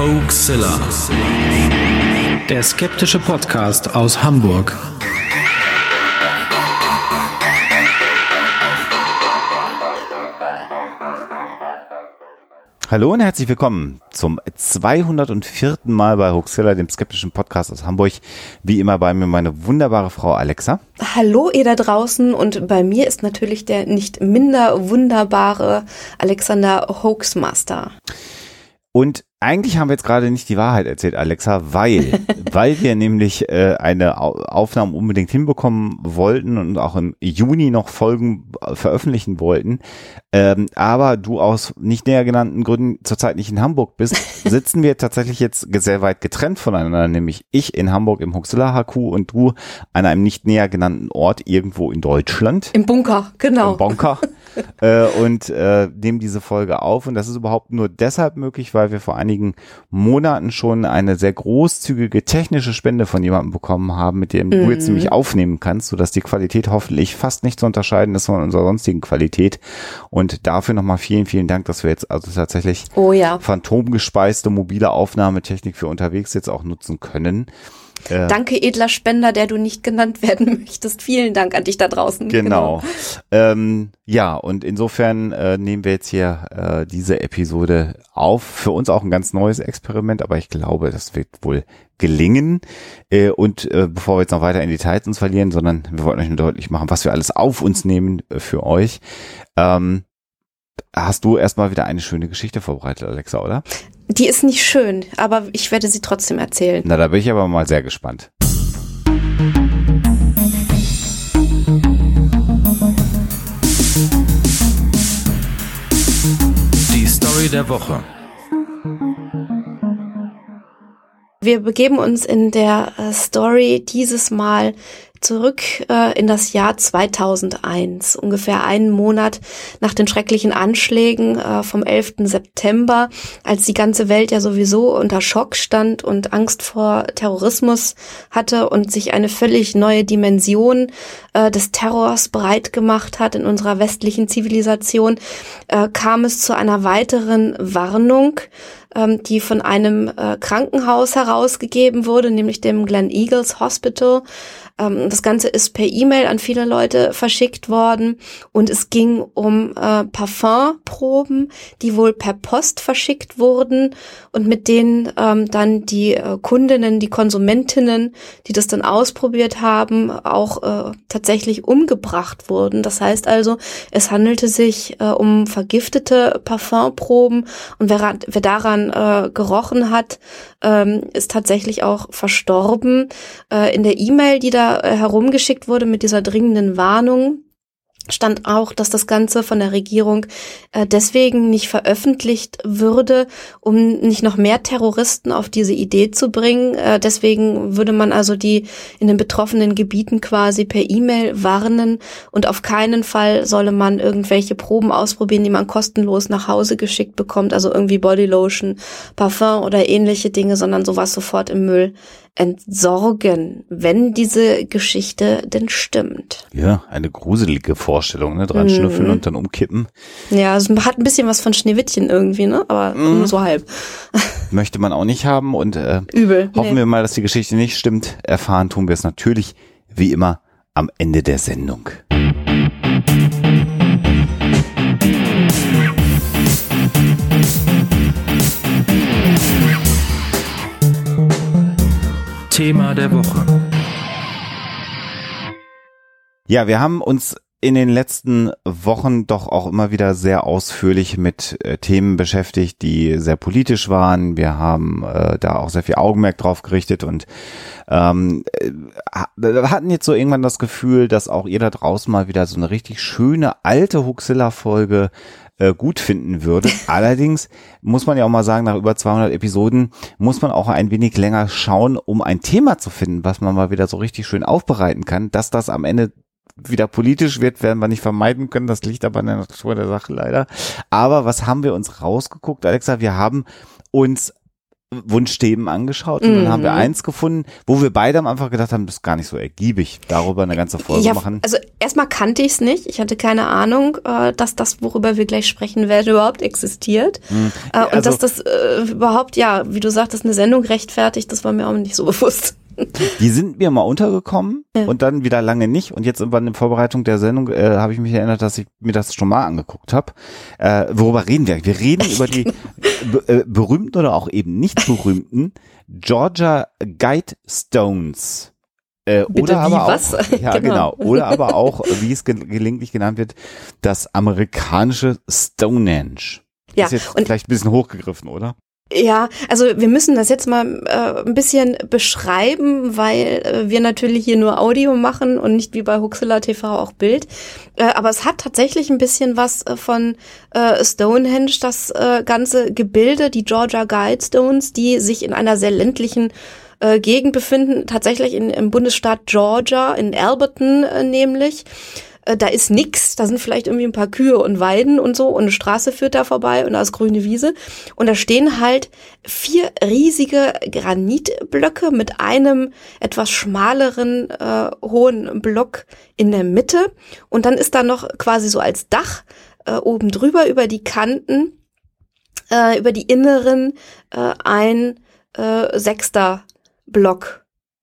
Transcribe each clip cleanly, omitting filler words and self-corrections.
Hoaxilla, der skeptische Podcast aus Hamburg. Hallo und herzlich willkommen zum 204. Mal bei Hoaxilla, dem skeptischen Podcast aus Hamburg. Wie immer bei mir meine wunderbare Frau Alexa. Hallo ihr da draußen, und bei mir ist natürlich der nicht minder wunderbare Alexander Hoaxmaster. Und eigentlich haben wir jetzt gerade nicht die Wahrheit erzählt, Alexa, weil wir nämlich eine Aufnahme unbedingt hinbekommen wollten und auch im Juni noch Folgen veröffentlichen wollten. Aber du aus nicht näher genannten Gründen zurzeit nicht in Hamburg bist, sitzen wir tatsächlich jetzt sehr weit getrennt voneinander, nämlich ich in Hamburg im Hoaxilla HQ und du an einem nicht näher genannten Ort irgendwo in Deutschland. Im Bunker, genau. Im Bunker. Und nehmen diese Folge auf, und das ist überhaupt nur deshalb möglich, weil wir vor einigen Monaten schon eine sehr großzügige technische Spende von jemandem bekommen haben, mit dem du jetzt nämlich aufnehmen kannst, sodass die Qualität hoffentlich fast nicht zu unterscheiden ist von unserer sonstigen Qualität. Und dafür nochmal vielen, vielen Dank, dass wir jetzt also tatsächlich phantomgespeiste mobile Aufnahmetechnik für unterwegs jetzt auch nutzen können. Danke, edler Spender, der du nicht genannt werden möchtest. Vielen Dank an dich da draußen. Genau. Ja, und insofern nehmen wir jetzt hier diese Episode auf. Für uns auch ein ganz neues Experiment, aber ich glaube, das wird wohl gelingen. Und bevor wir jetzt noch weiter in Details uns verlieren, sondern wir wollten euch nur deutlich machen, was wir alles auf uns nehmen für euch. Hast du erstmal wieder eine schöne Geschichte vorbereitet, Alexa, oder? Die ist nicht schön, aber ich werde sie trotzdem erzählen. Na, da bin ich aber mal sehr gespannt. Die Story der Woche. Wir begeben uns in der Story dieses Mal zurück in das Jahr 2001, ungefähr einen Monat nach den schrecklichen Anschlägen vom 11. September, als die ganze Welt ja sowieso unter Schock stand und Angst vor Terrorismus hatte und sich eine völlig neue Dimension des Terrors breit gemacht hat in unserer westlichen Zivilisation, kam es zu einer weiteren Warnung, die von einem Krankenhaus herausgegeben wurde, nämlich dem Gleneagles Hospital. Das Ganze ist per E-Mail an viele Leute verschickt worden, und es ging um Parfumproben, die wohl per Post verschickt wurden und mit denen dann die Kundinnen, die Konsumentinnen, die das dann ausprobiert haben, auch tatsächlich umgebracht wurden. Das heißt also, es handelte sich um vergiftete Parfumproben, und wer daran gerochen hat, ist tatsächlich auch verstorben. In der E-Mail, die da herumgeschickt wurde mit dieser dringenden Warnung, stand auch, dass das Ganze von der Regierung deswegen nicht veröffentlicht würde, um nicht noch mehr Terroristen auf diese Idee zu bringen. Deswegen würde man also die in den betroffenen Gebieten quasi per E-Mail warnen, und auf keinen Fall solle man irgendwelche Proben ausprobieren, die man kostenlos nach Hause geschickt bekommt, also irgendwie Bodylotion, Parfum oder ähnliche Dinge, sondern sowas sofort im Müll entsorgen, wenn diese Geschichte denn stimmt. Ja, eine gruselige Vorstellung, ne? Dran schnüffeln und dann umkippen. Ja, es hat ein bisschen was von Schneewittchen irgendwie, ne? Aber nur so halb. Möchte man auch nicht haben, und übel. Hoffen wir mal, dass die Geschichte nicht stimmt. Erfahren tun wir es natürlich, wie immer, am Ende der Sendung. Thema der Woche. Ja, wir haben uns in den letzten Wochen doch auch immer wieder sehr ausführlich mit Themen beschäftigt, die sehr politisch waren. Wir haben da auch sehr viel Augenmerk drauf gerichtet und hatten jetzt so irgendwann das Gefühl, dass auch ihr da draußen mal wieder so eine richtig schöne alte Hoaxilla-Folge gut finden würde. Allerdings muss man ja auch mal sagen, nach über 200 Episoden muss man auch ein wenig länger schauen, um ein Thema zu finden, was man mal wieder so richtig schön aufbereiten kann. Dass das am Ende wieder politisch wird, werden wir nicht vermeiden können. Das liegt aber in der Natur der Sache leider. Aber was haben wir uns rausgeguckt, Alexa? Wir haben uns Wunschthemen angeschaut und dann haben wir eins gefunden, wo wir beide am Anfang gedacht haben, das ist gar nicht so ergiebig, darüber eine ganze Folge machen. Also erstmal kannte ich es nicht. Ich hatte keine Ahnung, dass das, worüber wir gleich sprechen werden, überhaupt existiert. Und dass das überhaupt, ja, wie du sagtest, eine Sendung rechtfertigt, das war mir auch nicht so bewusst. Die sind mir mal untergekommen und dann wieder lange nicht. Und jetzt in der Vorbereitung der Sendung habe ich mich erinnert, dass ich mir das schon mal angeguckt habe. Worüber reden wir? Wir reden über die berühmten oder auch eben nicht berühmten Georgia Guidestones. Oder aber auch, was? Ja, genau. Oder aber auch, wie es gelegentlich genannt wird, das amerikanische Stonehenge. Ja, ist jetzt vielleicht ein bisschen hochgegriffen, oder? Ja, also wir müssen das jetzt mal ein bisschen beschreiben, weil wir natürlich hier nur Audio machen und nicht wie bei Huxilla TV auch Bild. Aber es hat tatsächlich ein bisschen was von Stonehenge, das ganze Gebilde, die Georgia Guidestones, die sich in einer sehr ländlichen Gegend befinden, tatsächlich im Bundesstaat Georgia, in Alberton nämlich. Da ist nix, da sind vielleicht irgendwie ein paar Kühe und Weiden und so und eine Straße führt da vorbei und da ist grüne Wiese und da stehen halt 4 riesige Granitblöcke mit einem etwas schmaleren hohen Block in der Mitte und dann ist da noch quasi so als Dach oben drüber über die Kanten, über die inneren ein 6. Block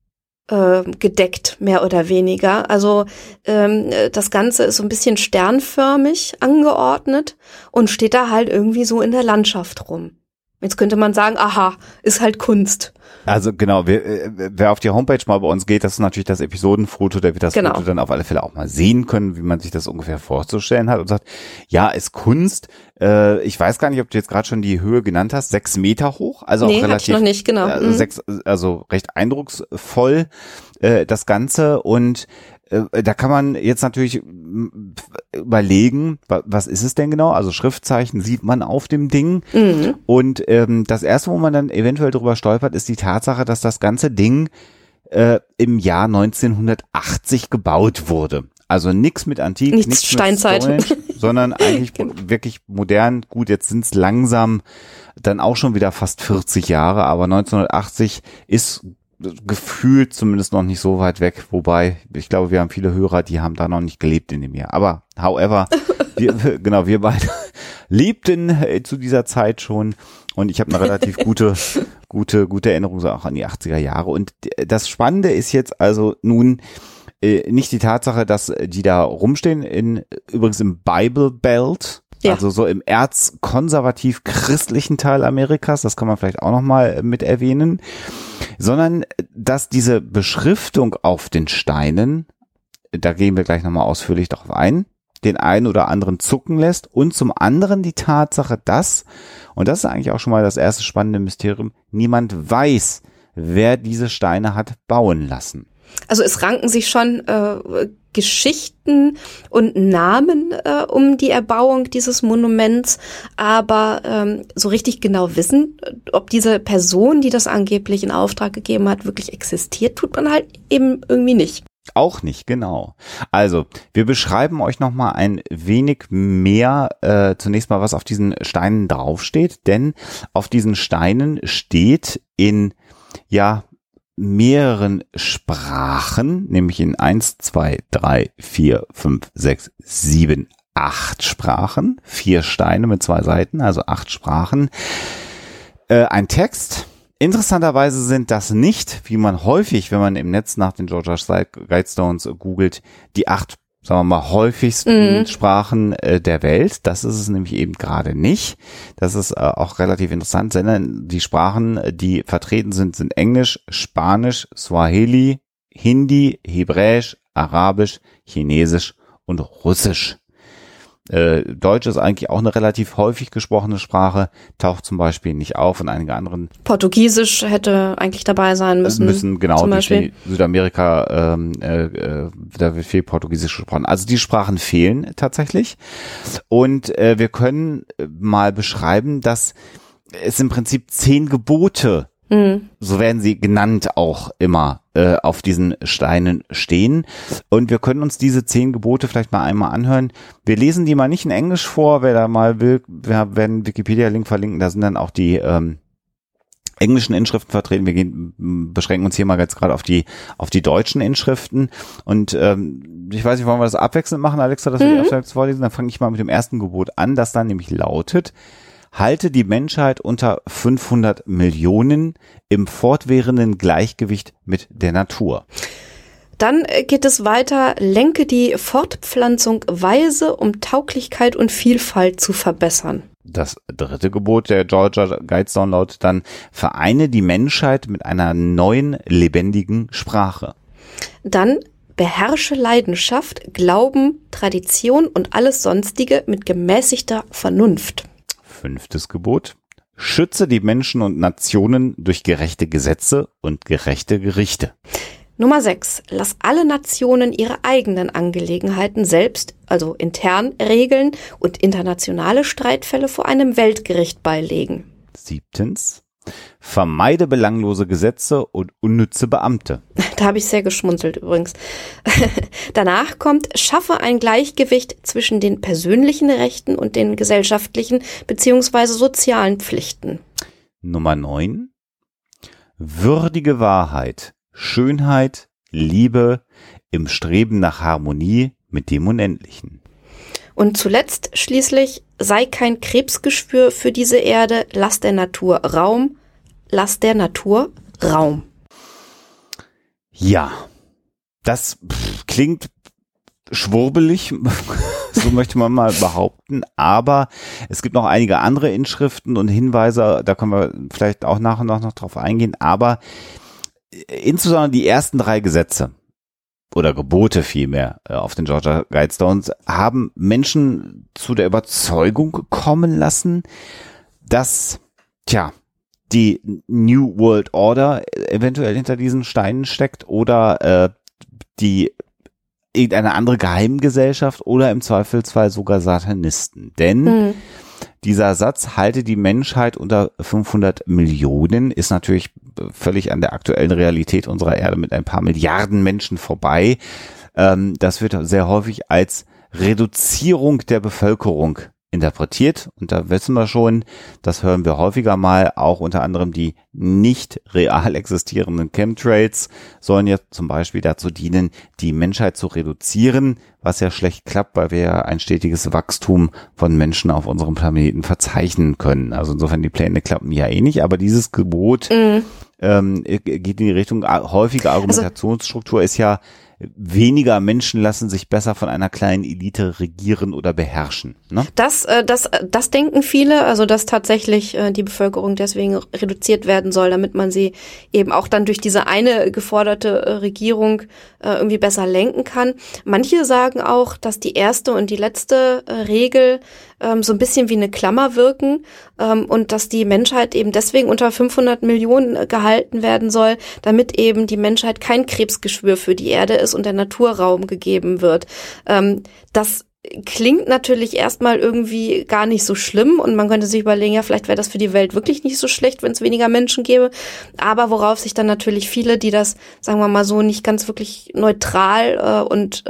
gedeckt, mehr oder weniger. Also das Ganze ist so ein bisschen sternförmig angeordnet und steht da halt irgendwie so in der Landschaft rum. Jetzt könnte man sagen, aha, ist halt Kunst. Also genau, wer auf die Homepage mal bei uns geht, das ist natürlich das Episodenfoto, der wird das Foto dann auf alle Fälle auch mal sehen können, wie man sich das ungefähr vorzustellen hat und sagt, ja, ist Kunst. Ich weiß gar nicht, ob du jetzt gerade schon die Höhe genannt hast, 6 Meter hoch, also auch relativ, noch nicht, genau. Also recht eindrucksvoll das Ganze und da kann man jetzt natürlich überlegen, was ist es denn genau? Also Schriftzeichen sieht man auf dem Ding. Und das erste, wo man dann eventuell drüber stolpert, ist die Tatsache, dass das ganze Ding im Jahr 1980 gebaut wurde. Also nichts mit Antik, nichts Steinzeit, mit Stone, sondern eigentlich wirklich modern. Gut, jetzt sind es langsam dann auch schon wieder fast 40 Jahre, aber 1980 ist gefühlt zumindest noch nicht so weit weg, wobei ich glaube, wir haben viele Hörer, die haben da noch nicht gelebt in dem Jahr. Aber however, wir beide lebten zu dieser Zeit schon und ich habe eine relativ gute Erinnerung so auch an die 80er Jahre. Und das Spannende ist jetzt also nun nicht die Tatsache, dass die da rumstehen, übrigens im Bible Belt. Ja. Also so im erzkonservativ-christlichen Teil Amerikas, das kann man vielleicht auch nochmal mit erwähnen, sondern dass diese Beschriftung auf den Steinen, da gehen wir gleich nochmal ausführlich darauf ein, den einen oder anderen zucken lässt und zum anderen die Tatsache, dass, und das ist eigentlich auch schon mal das erste spannende Mysterium, niemand weiß, wer diese Steine hat bauen lassen. Also es ranken sich schon Geschichten und Namen um die Erbauung dieses Monuments, aber so richtig genau wissen, ob diese Person, die das angeblich in Auftrag gegeben hat, wirklich existiert, tut man halt eben irgendwie nicht. Auch nicht, genau. Also, wir beschreiben euch nochmal ein wenig mehr, zunächst mal, was auf diesen Steinen draufsteht, denn auf diesen Steinen steht in, mehreren Sprachen, nämlich in 1, 2, 3, 4, 5, 6, 7, 8 Sprachen, 4 Steine mit 2 Seiten, also 8 Sprachen, ein Text. Interessanterweise sind das nicht, wie man häufig, wenn man im Netz nach den Georgia Guidestones googelt, die 8, sagen wir mal, häufigsten Sprachen der Welt. Das ist es nämlich eben gerade nicht. Das ist auch relativ interessant, sondern die Sprachen, die vertreten sind Englisch, Spanisch, Swahili, Hindi, Hebräisch, Arabisch, Chinesisch und Russisch. Deutsch ist eigentlich auch eine relativ häufig gesprochene Sprache, taucht zum Beispiel nicht auf in einigen anderen. Portugiesisch hätte eigentlich dabei sein müssen. Genau, zum Beispiel. Südamerika, da wird viel Portugiesisch gesprochen. Also die Sprachen fehlen tatsächlich. Und wir können mal beschreiben, dass es im Prinzip 10 Gebote, so werden sie genannt, auch immer auf diesen Steinen stehen. Und wir können uns diese 10 Gebote vielleicht mal einmal anhören. Wir lesen die mal nicht in Englisch vor, wer da mal will. Wir werden einen Wikipedia-Link verlinken, da sind dann auch die englischen Inschriften vertreten. Wir beschränken uns hier mal jetzt gerade auf die deutschen Inschriften. Und ich weiß nicht, wollen wir das abwechselnd machen, Alexa, dass wir die abwechselnd vorlesen? Dann fange ich mal mit dem ersten Gebot an, das dann nämlich lautet: Halte die Menschheit unter 500 Millionen im fortwährenden Gleichgewicht mit der Natur. Dann geht es weiter: Lenke die Fortpflanzung weise, um Tauglichkeit und Vielfalt zu verbessern. Das dritte Gebot der Georgia Guidestone lautet dann: Vereine die Menschheit mit einer neuen, lebendigen Sprache. Dann: Beherrsche Leidenschaft, Glauben, Tradition und alles Sonstige mit gemäßigter Vernunft. Fünftes Gebot: Schütze die Menschen und Nationen durch gerechte Gesetze und gerechte Gerichte. Nummer 6. Lass alle Nationen ihre eigenen Angelegenheiten selbst, also intern, regeln und internationale Streitfälle vor einem Weltgericht beilegen. 7. Vermeide belanglose Gesetze und unnütze Beamte. Da habe ich sehr geschmunzelt übrigens. Danach kommt: Schaffe ein Gleichgewicht zwischen den persönlichen Rechten und den gesellschaftlichen bzw. sozialen Pflichten. Nummer 9. Würdige Wahrheit, Schönheit, Liebe im Streben nach Harmonie mit dem Unendlichen. Und zuletzt schließlich: Sei kein Krebsgeschwür für diese Erde, lass der Natur Raum, lass der Natur Raum. Ja, das klingt schwurbelig, so möchte man mal behaupten, aber es gibt noch einige andere Inschriften und Hinweise, da können wir vielleicht auch nach und nach noch drauf eingehen, aber insbesondere die ersten 3 Gesetze oder Gebote vielmehr auf den Georgia Guidestones haben Menschen zu der Überzeugung kommen lassen, dass, die New World Order eventuell hinter diesen Steinen steckt oder die irgendeine andere Geheimgesellschaft oder im Zweifelsfall sogar Satanisten. Denn dieser Satz, halte die Menschheit unter 500 Millionen, ist natürlich völlig an der aktuellen Realität unserer Erde mit ein paar Milliarden Menschen vorbei. Das wird sehr häufig als Reduzierung der Bevölkerung interpretiert. Und da wissen wir schon, das hören wir häufiger mal, auch unter anderem die nicht real existierenden Chemtrails sollen ja zum Beispiel dazu dienen, die Menschheit zu reduzieren, was ja schlecht klappt, weil wir ja ein stetiges Wachstum von Menschen auf unserem Planeten verzeichnen können. Also insofern, die Pläne klappen ja eh nicht, aber dieses Gebot geht in die Richtung, häufige Argumentationsstruktur ist ja, weniger Menschen lassen sich besser von einer kleinen Elite regieren oder beherrschen. Ne? Das denken viele, also dass tatsächlich die Bevölkerung deswegen reduziert werden soll, damit man sie eben auch dann durch diese eine geforderte Regierung irgendwie besser lenken kann. Manche sagen auch, dass die erste und die letzte Regel so ein bisschen wie eine Klammer wirken und dass die Menschheit eben deswegen unter 500 Millionen gehalten werden soll, damit eben die Menschheit kein Krebsgeschwür für die Erde ist und der Naturraum gegeben wird. Das klingt natürlich erstmal irgendwie gar nicht so schlimm und man könnte sich überlegen, ja, vielleicht wäre das für die Welt wirklich nicht so schlecht, wenn es weniger Menschen gäbe. Aber worauf sich dann natürlich viele, die das, sagen wir mal so, nicht ganz wirklich neutral und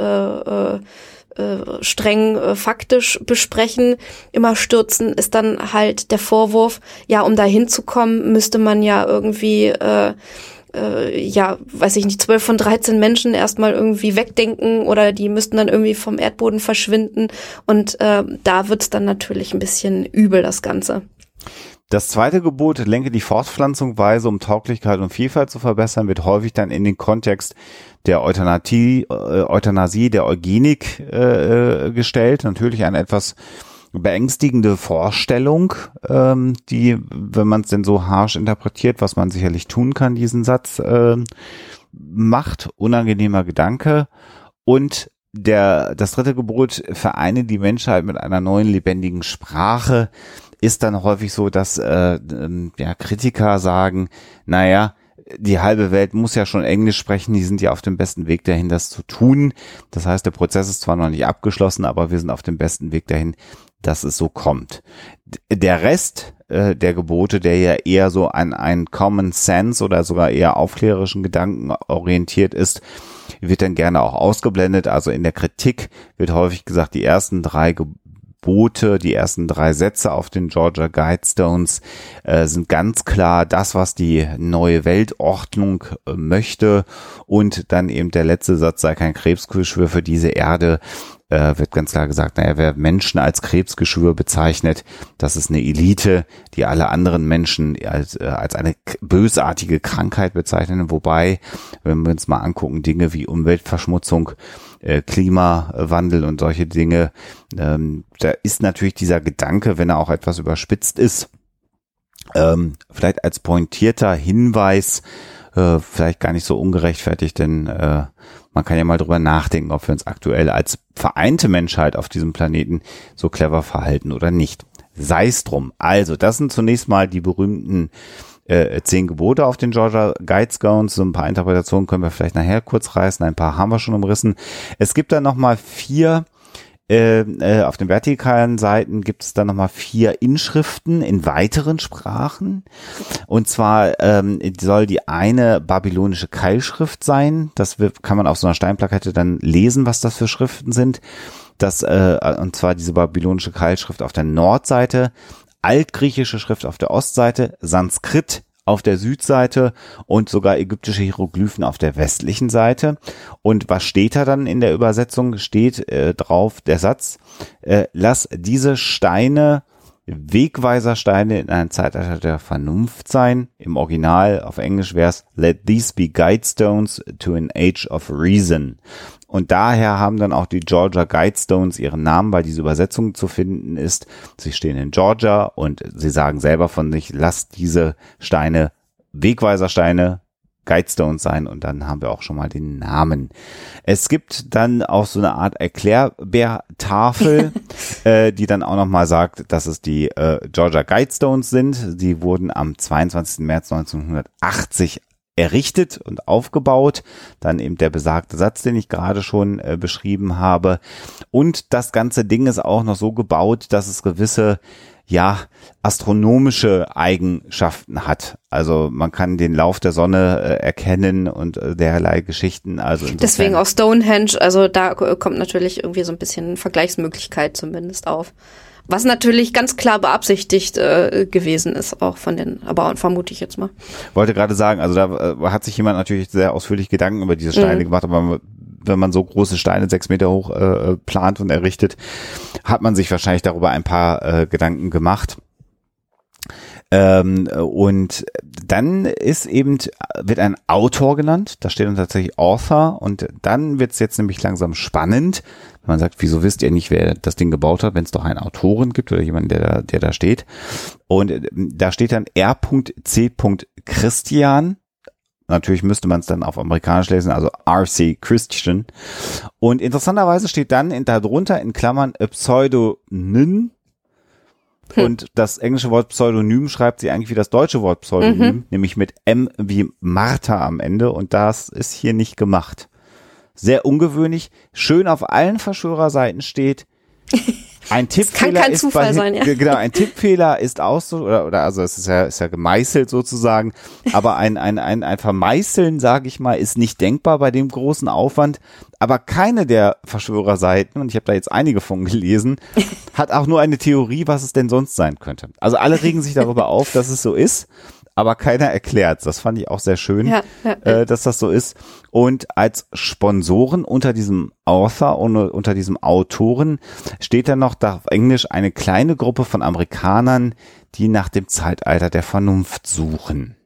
streng faktisch besprechen, immer stürzen, ist dann halt der Vorwurf, ja, um da hinzukommen, müsste man ja irgendwie weiß ich nicht, 12 von 13 Menschen erstmal irgendwie wegdenken oder die müssten dann irgendwie vom Erdboden verschwinden und da wird's dann natürlich ein bisschen übel, das Ganze. Das zweite Gebot, lenke die Fortpflanzung weise, um Tauglichkeit und Vielfalt zu verbessern, wird häufig dann in den Kontext der Euthanasie, der Eugenik gestellt. Natürlich eine etwas beängstigende Vorstellung, die, wenn man es denn so harsch interpretiert, was man sicherlich tun kann, diesen Satz macht, unangenehmer Gedanke. Und das dritte Gebot, vereine die Menschheit mit einer neuen lebendigen Sprache, ist dann häufig so, dass Kritiker sagen, naja, die halbe Welt muss ja schon Englisch sprechen, die sind ja auf dem besten Weg dahin, das zu tun. Das heißt, der Prozess ist zwar noch nicht abgeschlossen, aber wir sind auf dem besten Weg dahin, dass es so kommt. Der Rest der Gebote, der ja eher so an einen Common Sense oder sogar eher aufklärerischen Gedanken orientiert ist, wird dann gerne auch ausgeblendet. Also in der Kritik wird häufig gesagt, die ersten 3 Gebote, die ersten 3 Sätze auf den Georgia Guidestones sind ganz klar das, was die neue Weltordnung möchte, und dann eben der letzte Satz sei kein Krebsgeschwür für diese Erde. Wird ganz klar gesagt, wer Menschen als Krebsgeschwür bezeichnet, das ist eine Elite, die alle anderen Menschen als eine bösartige Krankheit bezeichnen. Wobei, wenn wir uns mal angucken, Dinge wie Umweltverschmutzung, Klimawandel und solche Dinge, da ist natürlich dieser Gedanke, wenn er auch etwas überspitzt ist, vielleicht als pointierter Hinweis, vielleicht gar nicht so ungerechtfertigt, denn man kann ja mal drüber nachdenken, ob wir uns aktuell als vereinte Menschheit auf diesem Planeten so clever verhalten oder nicht. Sei es drum. Also, das sind zunächst mal die berühmten 10 Gebote auf den Georgia Guidestones. So ein paar Interpretationen können wir vielleicht nachher kurz reißen. Ein paar haben wir schon umrissen. Es gibt dann nochmal 4 auf den vertikalen Seiten gibt es dann nochmal 4 Inschriften in weiteren Sprachen. Und zwar soll die eine babylonische Keilschrift sein. Das kann man auf so einer Steinplakette dann lesen, was das für Schriften sind. Und zwar diese babylonische Keilschrift auf der Nordseite, altgriechische Schrift auf der Ostseite, Sanskrit auf der Südseite und sogar ägyptische Hieroglyphen auf der westlichen Seite. Und was steht da dann in der Übersetzung? Steht drauf der Satz, lass diese Steine Wegweisersteine in einem Zeitalter der Vernunft sein. Im Original auf Englisch wäre es let these be guidestones to an age of reason. Und daher haben dann auch die Georgia Guidestones ihren Namen, weil diese Übersetzung zu finden ist. Sie stehen in Georgia und sie sagen selber von sich, lasst diese Steine Wegweisersteine, Guidestones sein, und dann haben wir auch schon mal den Namen. Es gibt dann auch so eine Art Erklärbärtafel, die dann auch nochmal sagt, dass es die Georgia Guidestones sind. Die wurden am 22. März 1980 errichtet und aufgebaut. Dann eben der besagte Satz, den ich gerade schon beschrieben habe. Und das ganze Ding ist auch noch so gebaut, dass es gewisse astronomische Eigenschaften hat. Also man kann den Lauf der Sonne erkennen und derlei Geschichten. Also deswegen auch Stonehenge, also da kommt natürlich irgendwie so ein bisschen Vergleichsmöglichkeit zumindest auf. Was natürlich ganz klar beabsichtigt gewesen ist, auch von den Erbauern, vermute ich jetzt mal. Wollte gerade sagen, also da hat sich jemand natürlich sehr ausführlich Gedanken über diese Steine gemacht, aber wenn man so große Steine 6 Meter hoch plant und errichtet, hat man sich wahrscheinlich darüber ein paar Gedanken gemacht. Und dann wird ein Autor genannt, da steht dann tatsächlich Author, und dann wird es jetzt nämlich langsam spannend. Man sagt, wieso wisst ihr nicht, wer das Ding gebaut hat, wenn es doch einen Autoren gibt oder jemanden, der da steht. Und da steht dann R.C. Christian. Natürlich müsste man es dann auf amerikanisch lesen, also R.C. Christian. Und interessanterweise steht dann darunter in Klammern Pseudonym. Und das englische Wort Pseudonym schreibt sie eigentlich wie das deutsche Wort Pseudonym, nämlich mit M wie Martha am Ende, und das ist hier nicht gemacht. Sehr ungewöhnlich. Schön auf allen Verschwörerseiten steht, ein Tippfehler kann kein Zufall sein, ja. Genau, ein Tippfehler ist auch so, oder also es ist ja gemeißelt sozusagen, aber ein Vermeißeln, sage ich mal, ist nicht denkbar bei dem großen Aufwand. Aber keine der Verschwörerseiten, und ich habe da jetzt einige von gelesen, hat auch nur eine Theorie, was es denn sonst sein könnte. Also alle regen sich darüber auf, dass es so ist, aber keiner erklärt. Das fand ich auch sehr schön, dass das so ist. Und als Sponsoren unter diesem Author, unter diesem Autoren, steht dann noch da auf Englisch eine kleine Gruppe von Amerikanern, die nach dem Zeitalter der Vernunft suchen.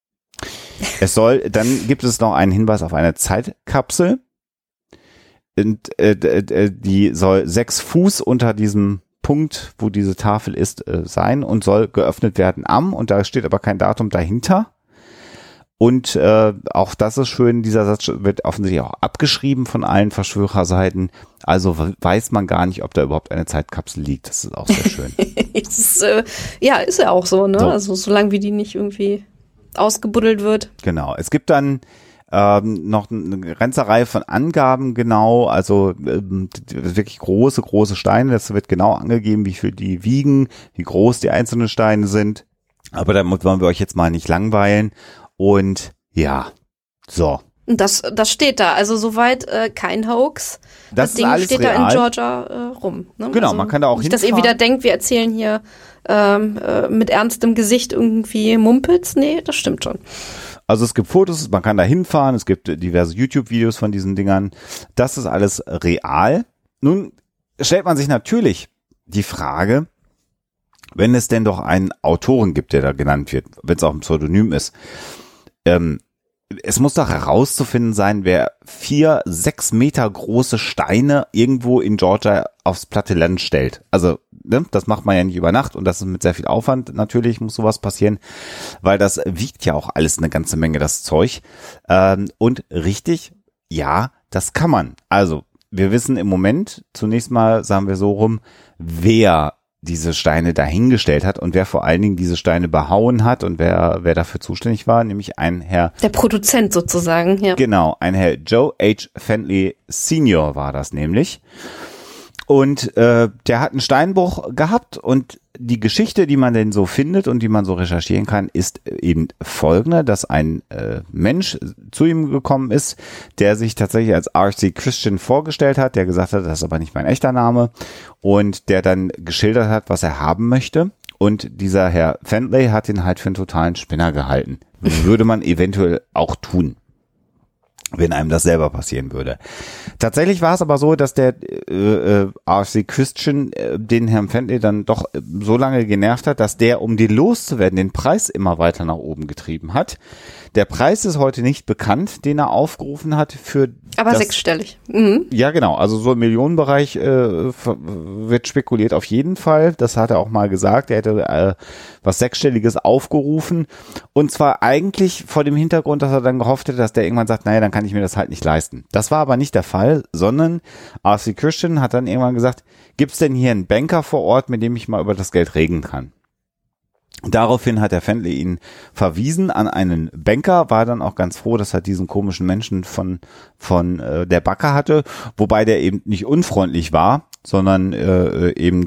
Dann gibt es noch einen Hinweis auf eine Zeitkapsel. Und die soll 6 Fuß unter diesem Punkt, wo diese Tafel ist, sein und soll geöffnet werden und da steht aber kein Datum dahinter. Und auch das ist schön, dieser Satz wird offensichtlich auch abgeschrieben von allen Verschwörerseiten. Also weiß man gar nicht, ob da überhaupt eine Zeitkapsel liegt. Das ist auch sehr schön. ist ja auch so, ne? So. Also solange wie die nicht irgendwie ausgebuddelt wird. Genau. Es gibt dann noch eine ganze Reihe von Angaben genau, also wirklich große Steine, das wird genau angegeben, wie viel die wiegen, wie groß die einzelnen Steine sind, aber damit wollen wir euch jetzt mal nicht langweilen und ja, so. Das steht da. Also soweit kein Hoax. Das Ding alles steht real. da in Georgia rum. Ne? Genau, also man kann da auch nicht, dass ihr hinfahren. wieder denkt, wir erzählen hier mit ernstem Gesicht irgendwie Mumpitz. Nee, das stimmt schon. Also es gibt Fotos, man kann da hinfahren, es gibt diverse YouTube-Videos von diesen Dingern. Das ist alles real. Nun stellt man sich natürlich die Frage, wenn es denn doch einen Autoren gibt, der da genannt wird, wenn es auch ein Pseudonym ist, es muss doch herauszufinden sein, wer 4, 6 Meter große Steine irgendwo in Georgia aufs platte Land stellt. Also, ne, das macht man ja nicht über Nacht und das ist mit sehr viel Aufwand. Natürlich muss sowas passieren, weil das wiegt ja auch alles eine ganze Menge, das Zeug. Und richtig, ja, das kann man. Also, wir wissen im Moment, zunächst mal sagen wir so rum, wer diese Steine dahingestellt hat und wer vor allen Dingen diese Steine behauen hat und wer dafür zuständig war, nämlich ein Herr... Der Produzent sozusagen, ja. Genau, ein Herr Joe H. Fentley Sr. war das nämlich. Und der hat einen Steinbruch gehabt und die Geschichte, die man denn so findet und die man so recherchieren kann, ist eben folgende, dass ein Mensch zu ihm gekommen ist, der sich tatsächlich als R.C. Christian vorgestellt hat, der gesagt hat, das ist aber nicht mein echter Name und der dann geschildert hat, was er haben möchte. Und dieser Herr Fentley hat ihn halt für einen totalen Spinner gehalten. Würde man eventuell auch tun, wenn einem das selber passieren würde. Tatsächlich war es aber so, dass der R.C. Christian den Herrn Fentley dann doch so lange genervt hat, dass der, um den loszuwerden, den Preis immer weiter nach oben getrieben hat. Der Preis ist heute nicht bekannt, den er aufgerufen hat für... Aber sechsstellig. Mhm. Ja, genau. Also so im Millionenbereich wird spekuliert auf jeden Fall. Das hat er auch mal gesagt. Er hätte was Sechsstelliges aufgerufen. Und zwar eigentlich vor dem Hintergrund, dass er dann gehofft hätte, dass der irgendwann sagt, naja, dann kann ich mir das halt nicht leisten. Das war aber nicht der Fall, sondern R.C. Christian hat dann irgendwann gesagt, gibt's denn hier einen Banker vor Ort, mit dem ich mal über das Geld reden kann? Daraufhin hat der Fentley ihn verwiesen an einen Banker, war dann auch ganz froh, dass er diesen komischen Menschen von der Backe hatte, wobei der eben nicht unfreundlich war, sondern ihn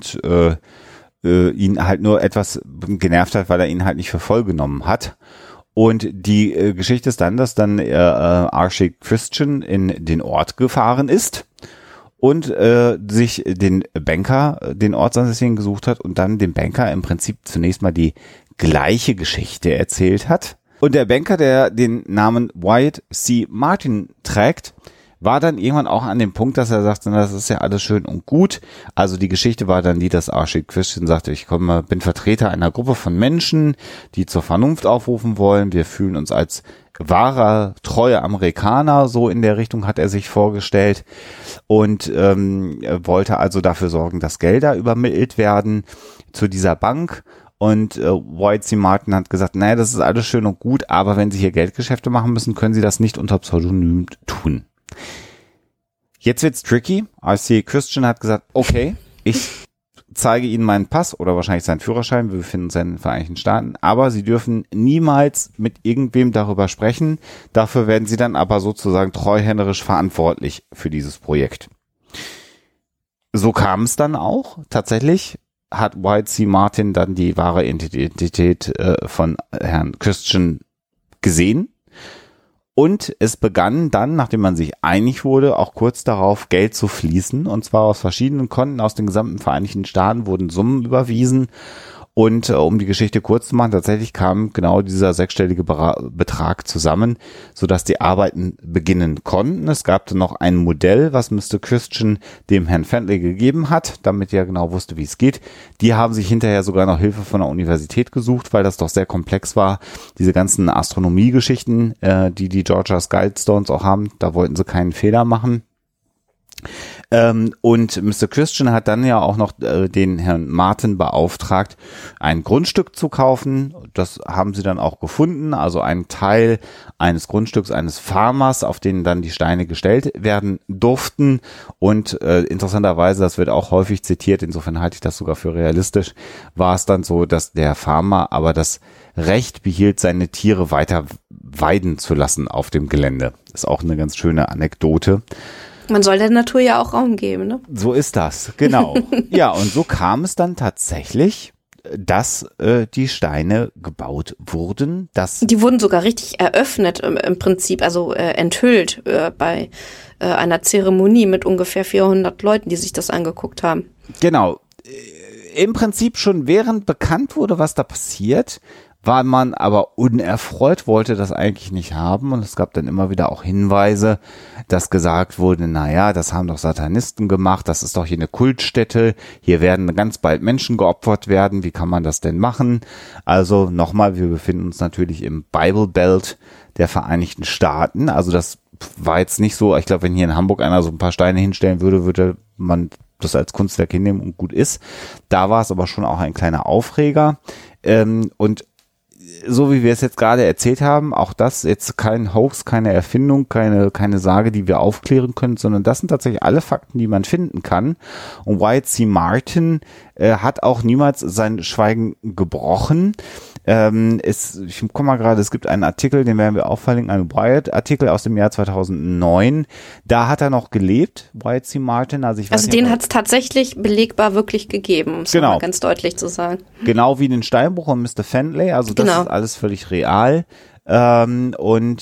halt nur etwas genervt hat, weil er ihn halt nicht für voll genommen hat. Und die Geschichte ist dann, dass dann R.C. Christian in den Ort gefahren ist und sich den Banker, den Ortsansässigen gesucht hat und dann dem Banker im Prinzip zunächst mal die gleiche Geschichte erzählt hat. Und der Banker, der den Namen Wyatt C. Martin trägt, war dann irgendwann auch an dem Punkt, dass er sagte, na, das ist ja alles schön und gut. Also die Geschichte war dann die, dass R.C. Christian sagte, bin Vertreter einer Gruppe von Menschen, die zur Vernunft aufrufen wollen. Wir fühlen uns als wahrer, treuer Amerikaner, so in der Richtung hat er sich vorgestellt und wollte also dafür sorgen, dass Gelder übermittelt werden zu dieser Bank. Und Wyatt C. Martin hat gesagt, naja, das ist alles schön und gut, aber wenn Sie hier Geldgeschäfte machen müssen, können Sie das nicht unter Pseudonym tun. Jetzt wird's tricky. R.C. Christian hat gesagt, okay, ich zeige Ihnen meinen Pass oder wahrscheinlich seinen Führerschein, wir befinden uns in den Vereinigten Staaten, aber Sie dürfen niemals mit irgendwem darüber sprechen. Dafür werden Sie dann aber sozusagen treuhänderisch verantwortlich für dieses Projekt. So kam es dann auch. Tatsächlich hat Wyatt C. Martin dann die wahre Identität von Herrn Christian gesehen. Und es begann dann, nachdem man sich einig wurde, auch kurz darauf Geld zu fließen. Und zwar aus verschiedenen Konten aus den gesamten Vereinigten Staaten wurden Summen überwiesen. Und um die Geschichte kurz zu machen, tatsächlich kam genau dieser sechsstellige Betrag zusammen, sodass die Arbeiten beginnen konnten. Es gab dann noch ein Modell, was Mr. Christian dem Herrn Fentley gegeben hat, damit er genau wusste, wie es geht. Die haben sich hinterher sogar noch Hilfe von der Universität gesucht, weil das doch sehr komplex war. Diese ganzen Astronomiegeschichten, die Georgia Guidestones auch haben, da wollten sie keinen Fehler machen. Und Mr. Christian hat dann ja auch noch den Herrn Martin beauftragt, ein Grundstück zu kaufen. Das haben sie dann auch gefunden, also einen Teil eines Grundstücks eines Farmers, auf den dann die Steine gestellt werden durften. Und interessanterweise, das wird auch häufig zitiert, insofern halte ich das sogar für realistisch, war es dann so, dass der Farmer aber das Recht behielt, seine Tiere weiter weiden zu lassen auf dem Gelände. Das ist auch eine ganz schöne Anekdote. Man soll der Natur ja auch Raum geben, ne? So ist das, genau. Ja, und so kam es dann tatsächlich dass die Steine gebaut wurden. Die wurden sogar richtig eröffnet im Prinzip, also enthüllt bei einer Zeremonie mit ungefähr 400 Leuten, die sich das angeguckt haben. Genau. Im Prinzip schon während bekannt wurde, was da passiert, war man aber unerfreut, wollte das eigentlich nicht haben und es gab dann immer wieder auch Hinweise, dass gesagt wurde, naja, das haben doch Satanisten gemacht, das ist doch hier eine Kultstätte, hier werden ganz bald Menschen geopfert werden, wie kann man das denn machen? Also nochmal, wir befinden uns natürlich im Bible Belt der Vereinigten Staaten, also das war jetzt nicht so, ich glaube, wenn hier in Hamburg einer so ein paar Steine hinstellen würde, würde man das als Kunstwerk hinnehmen und gut ist. Da war es aber schon auch ein kleiner Aufreger und so wie wir es jetzt gerade erzählt haben, auch das jetzt kein Hoax, keine Erfindung, keine Sage, die wir aufklären können, sondern das sind tatsächlich alle Fakten, die man finden kann. Und Wyatt C. Martin hat auch niemals sein Schweigen gebrochen. Ich komme mal gerade, es gibt einen Artikel, den werden wir auch verlinken, einen Wyatt-Artikel aus dem Jahr 2009. Da hat er noch gelebt, Wyatt C. Martin. Also den hat es tatsächlich belegbar wirklich gegeben, um es mal ganz deutlich zu sagen. Genau wie den Steinbruch und Mr. Fendley, also das ist alles völlig real. Aber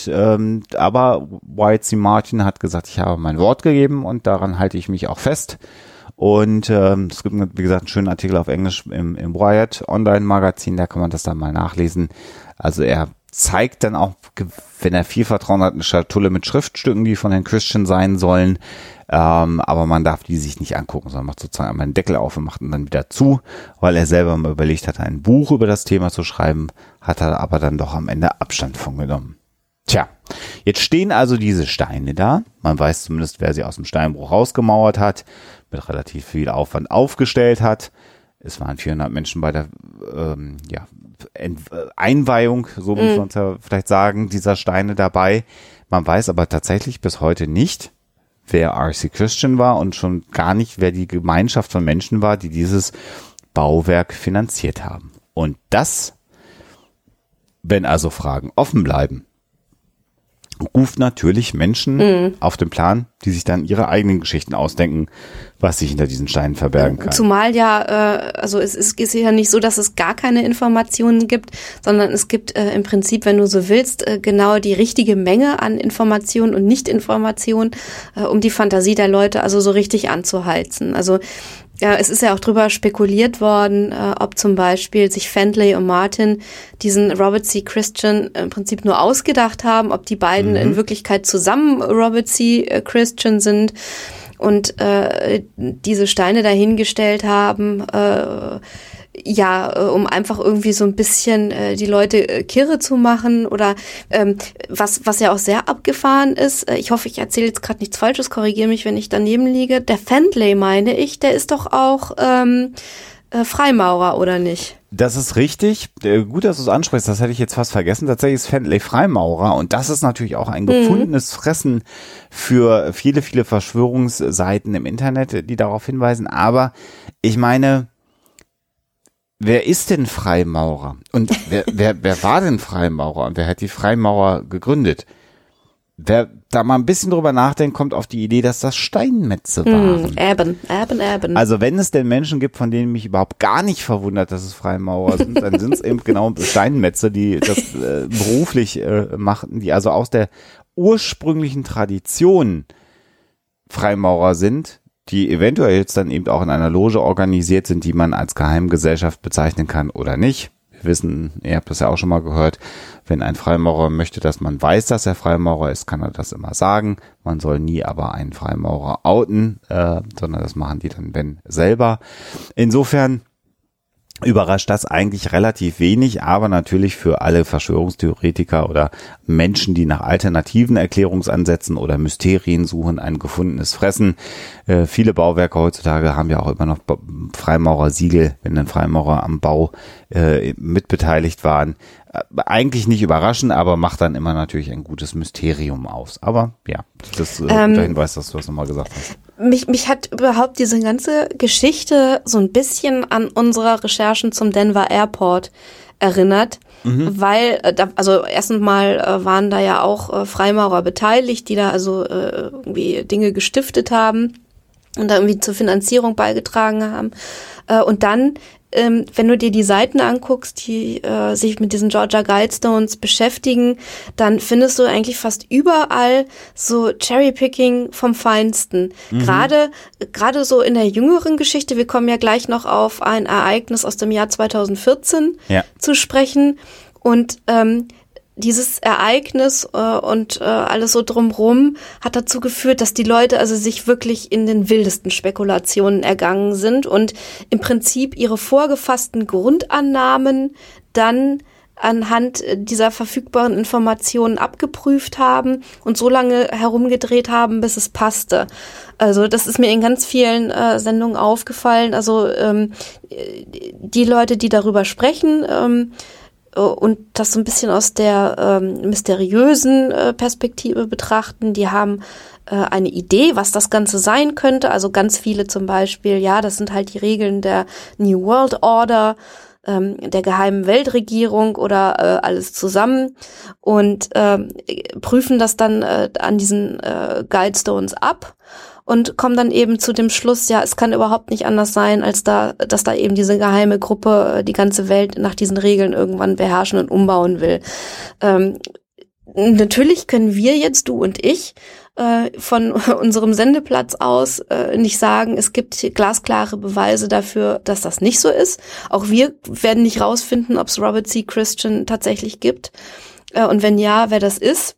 Wyatt C. Martin hat gesagt, ich habe mein Wort gegeben und daran halte ich mich auch fest. Und es gibt, wie gesagt, einen schönen Artikel auf Englisch im Wired Online-Magazin, da kann man das dann mal nachlesen. Also er zeigt dann auch, wenn er viel Vertrauen hat, eine Schatulle mit Schriftstücken, die von den Christian sein sollen. Aber man darf die sich nicht angucken, sondern macht sozusagen einmal einen Deckel auf und macht ihn dann wieder zu, weil er selber mal überlegt hat, ein Buch über das Thema zu schreiben, hat er aber dann doch am Ende Abstand von genommen. Tja, jetzt stehen also diese Steine da. Man weiß zumindest, wer sie aus dem Steinbruch rausgemauert hat, mit relativ viel Aufwand aufgestellt hat. Es waren 400 Menschen bei der Einweihung, so muss man es ja vielleicht sagen, dieser Steine dabei. Man weiß aber tatsächlich bis heute nicht, wer R.C. Christian war und schon gar nicht, wer die Gemeinschaft von Menschen war, die dieses Bauwerk finanziert haben. Und das, wenn also Fragen offen bleiben, ruft natürlich Menschen auf den Plan, die sich dann ihre eigenen Geschichten ausdenken, was sich hinter diesen Steinen verbergen kann. Zumal es ist ja nicht so, dass es gar keine Informationen gibt, sondern es gibt im Prinzip, wenn du so willst, genau die richtige Menge an Informationen und Nicht-Informationen, um die Fantasie der Leute also so richtig anzuheizen. Also ja, es ist ja auch drüber spekuliert worden, ob zum Beispiel sich Fendley und Martin diesen Robert C. Christian im Prinzip nur ausgedacht haben, ob die beiden in Wirklichkeit zusammen Robert C. Christian sind und diese Steine dahingestellt haben, um einfach irgendwie so ein bisschen die Leute kirre zu machen oder was ja auch sehr abgefahren ist. Ich hoffe, ich erzähle jetzt gerade nichts Falsches, korrigiere mich, wenn ich daneben liege. Der Fendley, meine ich, der ist doch auch Freimaurer, oder nicht? Das ist richtig. Gut, dass du es ansprichst. Das hätte ich jetzt fast vergessen. Tatsächlich ist Fendley Freimaurer und das ist natürlich auch ein gefundenes Fressen für viele, viele Verschwörungsseiten im Internet, die darauf hinweisen. Aber ich meine, wer ist denn Freimaurer? Und wer war denn Freimaurer? Und wer hat die Freimaurer gegründet? Wer da mal ein bisschen drüber nachdenkt, kommt auf die Idee, dass das Steinmetze waren. Erben. Also wenn es denn Menschen gibt, von denen mich überhaupt gar nicht verwundert, dass es Freimaurer sind, dann sind es eben genau Steinmetze, die das beruflich machten, die also aus der ursprünglichen Tradition Freimaurer sind, die eventuell jetzt dann eben auch in einer Loge organisiert sind, die man als Geheimgesellschaft bezeichnen kann oder nicht. Wir wissen, ihr habt das ja auch schon mal gehört, wenn ein Freimaurer möchte, dass man weiß, dass er Freimaurer ist, kann er das immer sagen. Man soll nie aber einen Freimaurer outen, sondern das machen die dann, wenn, selber. Insofern überrascht das eigentlich relativ wenig, aber natürlich für alle Verschwörungstheoretiker oder Menschen, die nach alternativen Erklärungsansätzen oder Mysterien suchen, ein gefundenes Fressen. Viele Bauwerke heutzutage haben ja auch immer noch Freimaurer-Siegel, wenn dann Freimaurer am Bau mitbeteiligt waren. Eigentlich nicht überraschend, aber macht dann immer natürlich ein gutes Mysterium aus. Aber ja, das guter Hinweis, dass du das nochmal gesagt hast. Mich hat überhaupt diese ganze Geschichte so ein bisschen an unsere Recherchen zum Denver Airport erinnert, weil, erstens mal waren da ja auch Freimaurer beteiligt, die da also irgendwie Dinge gestiftet haben und da irgendwie zur Finanzierung beigetragen haben. Und dann wenn du dir die Seiten anguckst, die sich mit diesen Georgia Guidestones beschäftigen, dann findest du eigentlich fast überall so Cherrypicking vom Feinsten. Gerade so in der jüngeren Geschichte, wir kommen ja gleich noch auf ein Ereignis aus dem Jahr 2014 zu sprechen. Und dieses Ereignis und alles so drumrum hat dazu geführt, dass die Leute also sich wirklich in den wildesten Spekulationen ergangen sind und im Prinzip ihre vorgefassten Grundannahmen dann anhand dieser verfügbaren Informationen abgeprüft haben und so lange herumgedreht haben, bis es passte. Also das ist mir in ganz vielen Sendungen aufgefallen. Also die Leute, die darüber sprechen, und das so ein bisschen aus der mysteriösen Perspektive betrachten. Die haben eine Idee, was das Ganze sein könnte. Also ganz viele zum Beispiel, ja, das sind halt die Regeln der New World Order, der geheimen Weltregierung oder alles zusammen und prüfen das dann an diesen Guidestones ab. Und kommen dann eben zu dem Schluss, ja, es kann überhaupt nicht anders sein, als dass da eben diese geheime Gruppe die ganze Welt nach diesen Regeln irgendwann beherrschen und umbauen will. Natürlich können wir jetzt, du und ich, von unserem Sendeplatz aus nicht sagen, es gibt glasklare Beweise dafür, dass das nicht so ist. Auch wir werden nicht rausfinden, ob es Robert C. Christian tatsächlich gibt. Und wenn ja, wer das ist.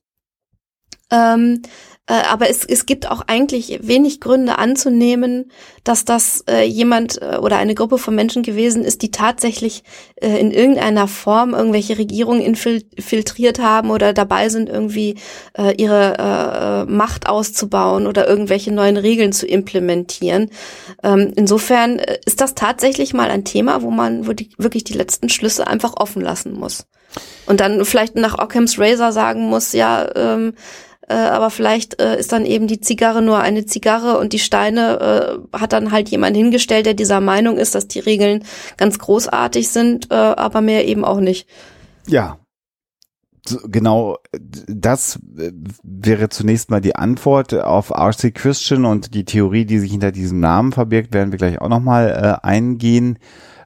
Aber es gibt auch eigentlich wenig Gründe anzunehmen, dass das jemand oder eine Gruppe von Menschen gewesen ist, die tatsächlich in irgendeiner Form irgendwelche Regierungen infiltriert haben oder dabei sind, irgendwie ihre Macht auszubauen oder irgendwelche neuen Regeln zu implementieren. Insofern ist das tatsächlich mal ein Thema, wo wirklich die letzten Schlüsse einfach offen lassen muss. Und dann vielleicht nach Occam's Razor sagen muss, ja, aber vielleicht ist dann eben die Zigarre nur eine Zigarre und die Steine hat dann halt jemand hingestellt, der dieser Meinung ist, dass die Regeln ganz großartig sind, aber mehr eben auch nicht. Ja, genau, das wäre zunächst mal die Antwort auf R.C. Christian und die Theorie, die sich hinter diesem Namen verbirgt, werden wir gleich auch nochmal eingehen.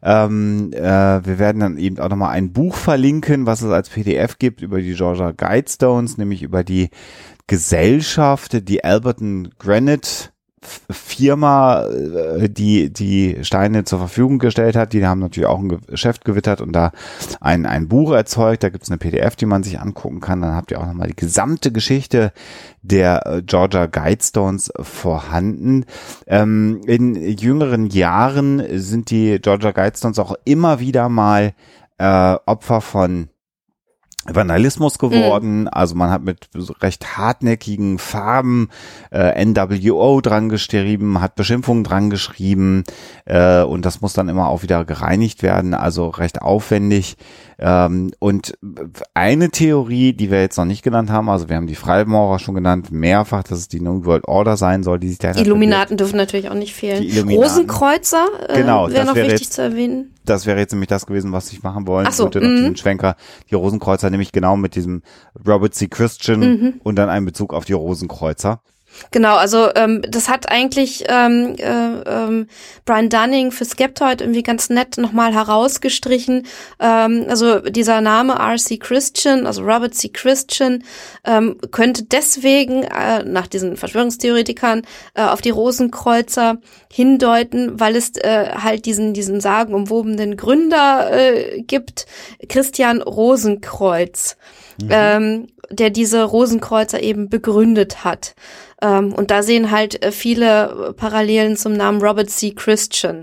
Wir werden dann eben auch nochmal ein Buch verlinken, was es als PDF gibt über die Georgia Guidestones, nämlich über die Gesellschaft, die Alberton Granite Firma, die Steine zur Verfügung gestellt hat. Die haben natürlich auch ein Geschäft gewittert und da ein Buch erzeugt. Da gibt es eine PDF, die man sich angucken kann. Dann habt ihr auch nochmal die gesamte Geschichte der Georgia Guidestones vorhanden. In jüngeren Jahren sind die Georgia Guidestones auch immer wieder mal Opfer von Vandalismus geworden, also man hat mit recht hartnäckigen Farben NWO dran geschrieben, hat Beschimpfungen dran geschrieben und das muss dann immer auch wieder gereinigt werden, also recht aufwendig. Und eine Theorie, die wir jetzt noch nicht genannt haben, also wir haben die Freimaurer schon genannt, mehrfach, dass es die New World Order sein soll, die sich da Illuminaten dürfen natürlich auch nicht fehlen. Rosenkreuzer genau, wäre noch wichtig zu erwähnen. Das wäre jetzt nämlich das gewesen, was ich machen wollen würde, noch diesen Schwenker. Die Rosenkreuzer nämlich genau mit diesem Robert C. Christian und dann einen Bezug auf die Rosenkreuzer. Genau, also das hat eigentlich Brian Dunning für Skeptoid irgendwie ganz nett nochmal herausgestrichen. Also dieser Name R.C. Christian, also Robert C. Christian, könnte deswegen nach diesen Verschwörungstheoretikern auf die Rosenkreuzer hindeuten, weil es halt diesen sagenumwobenen Gründer gibt, Christian Rosenkreuz, der diese Rosenkreuzer eben begründet hat. Und da sehen halt viele Parallelen zum Namen Robert C. Christian.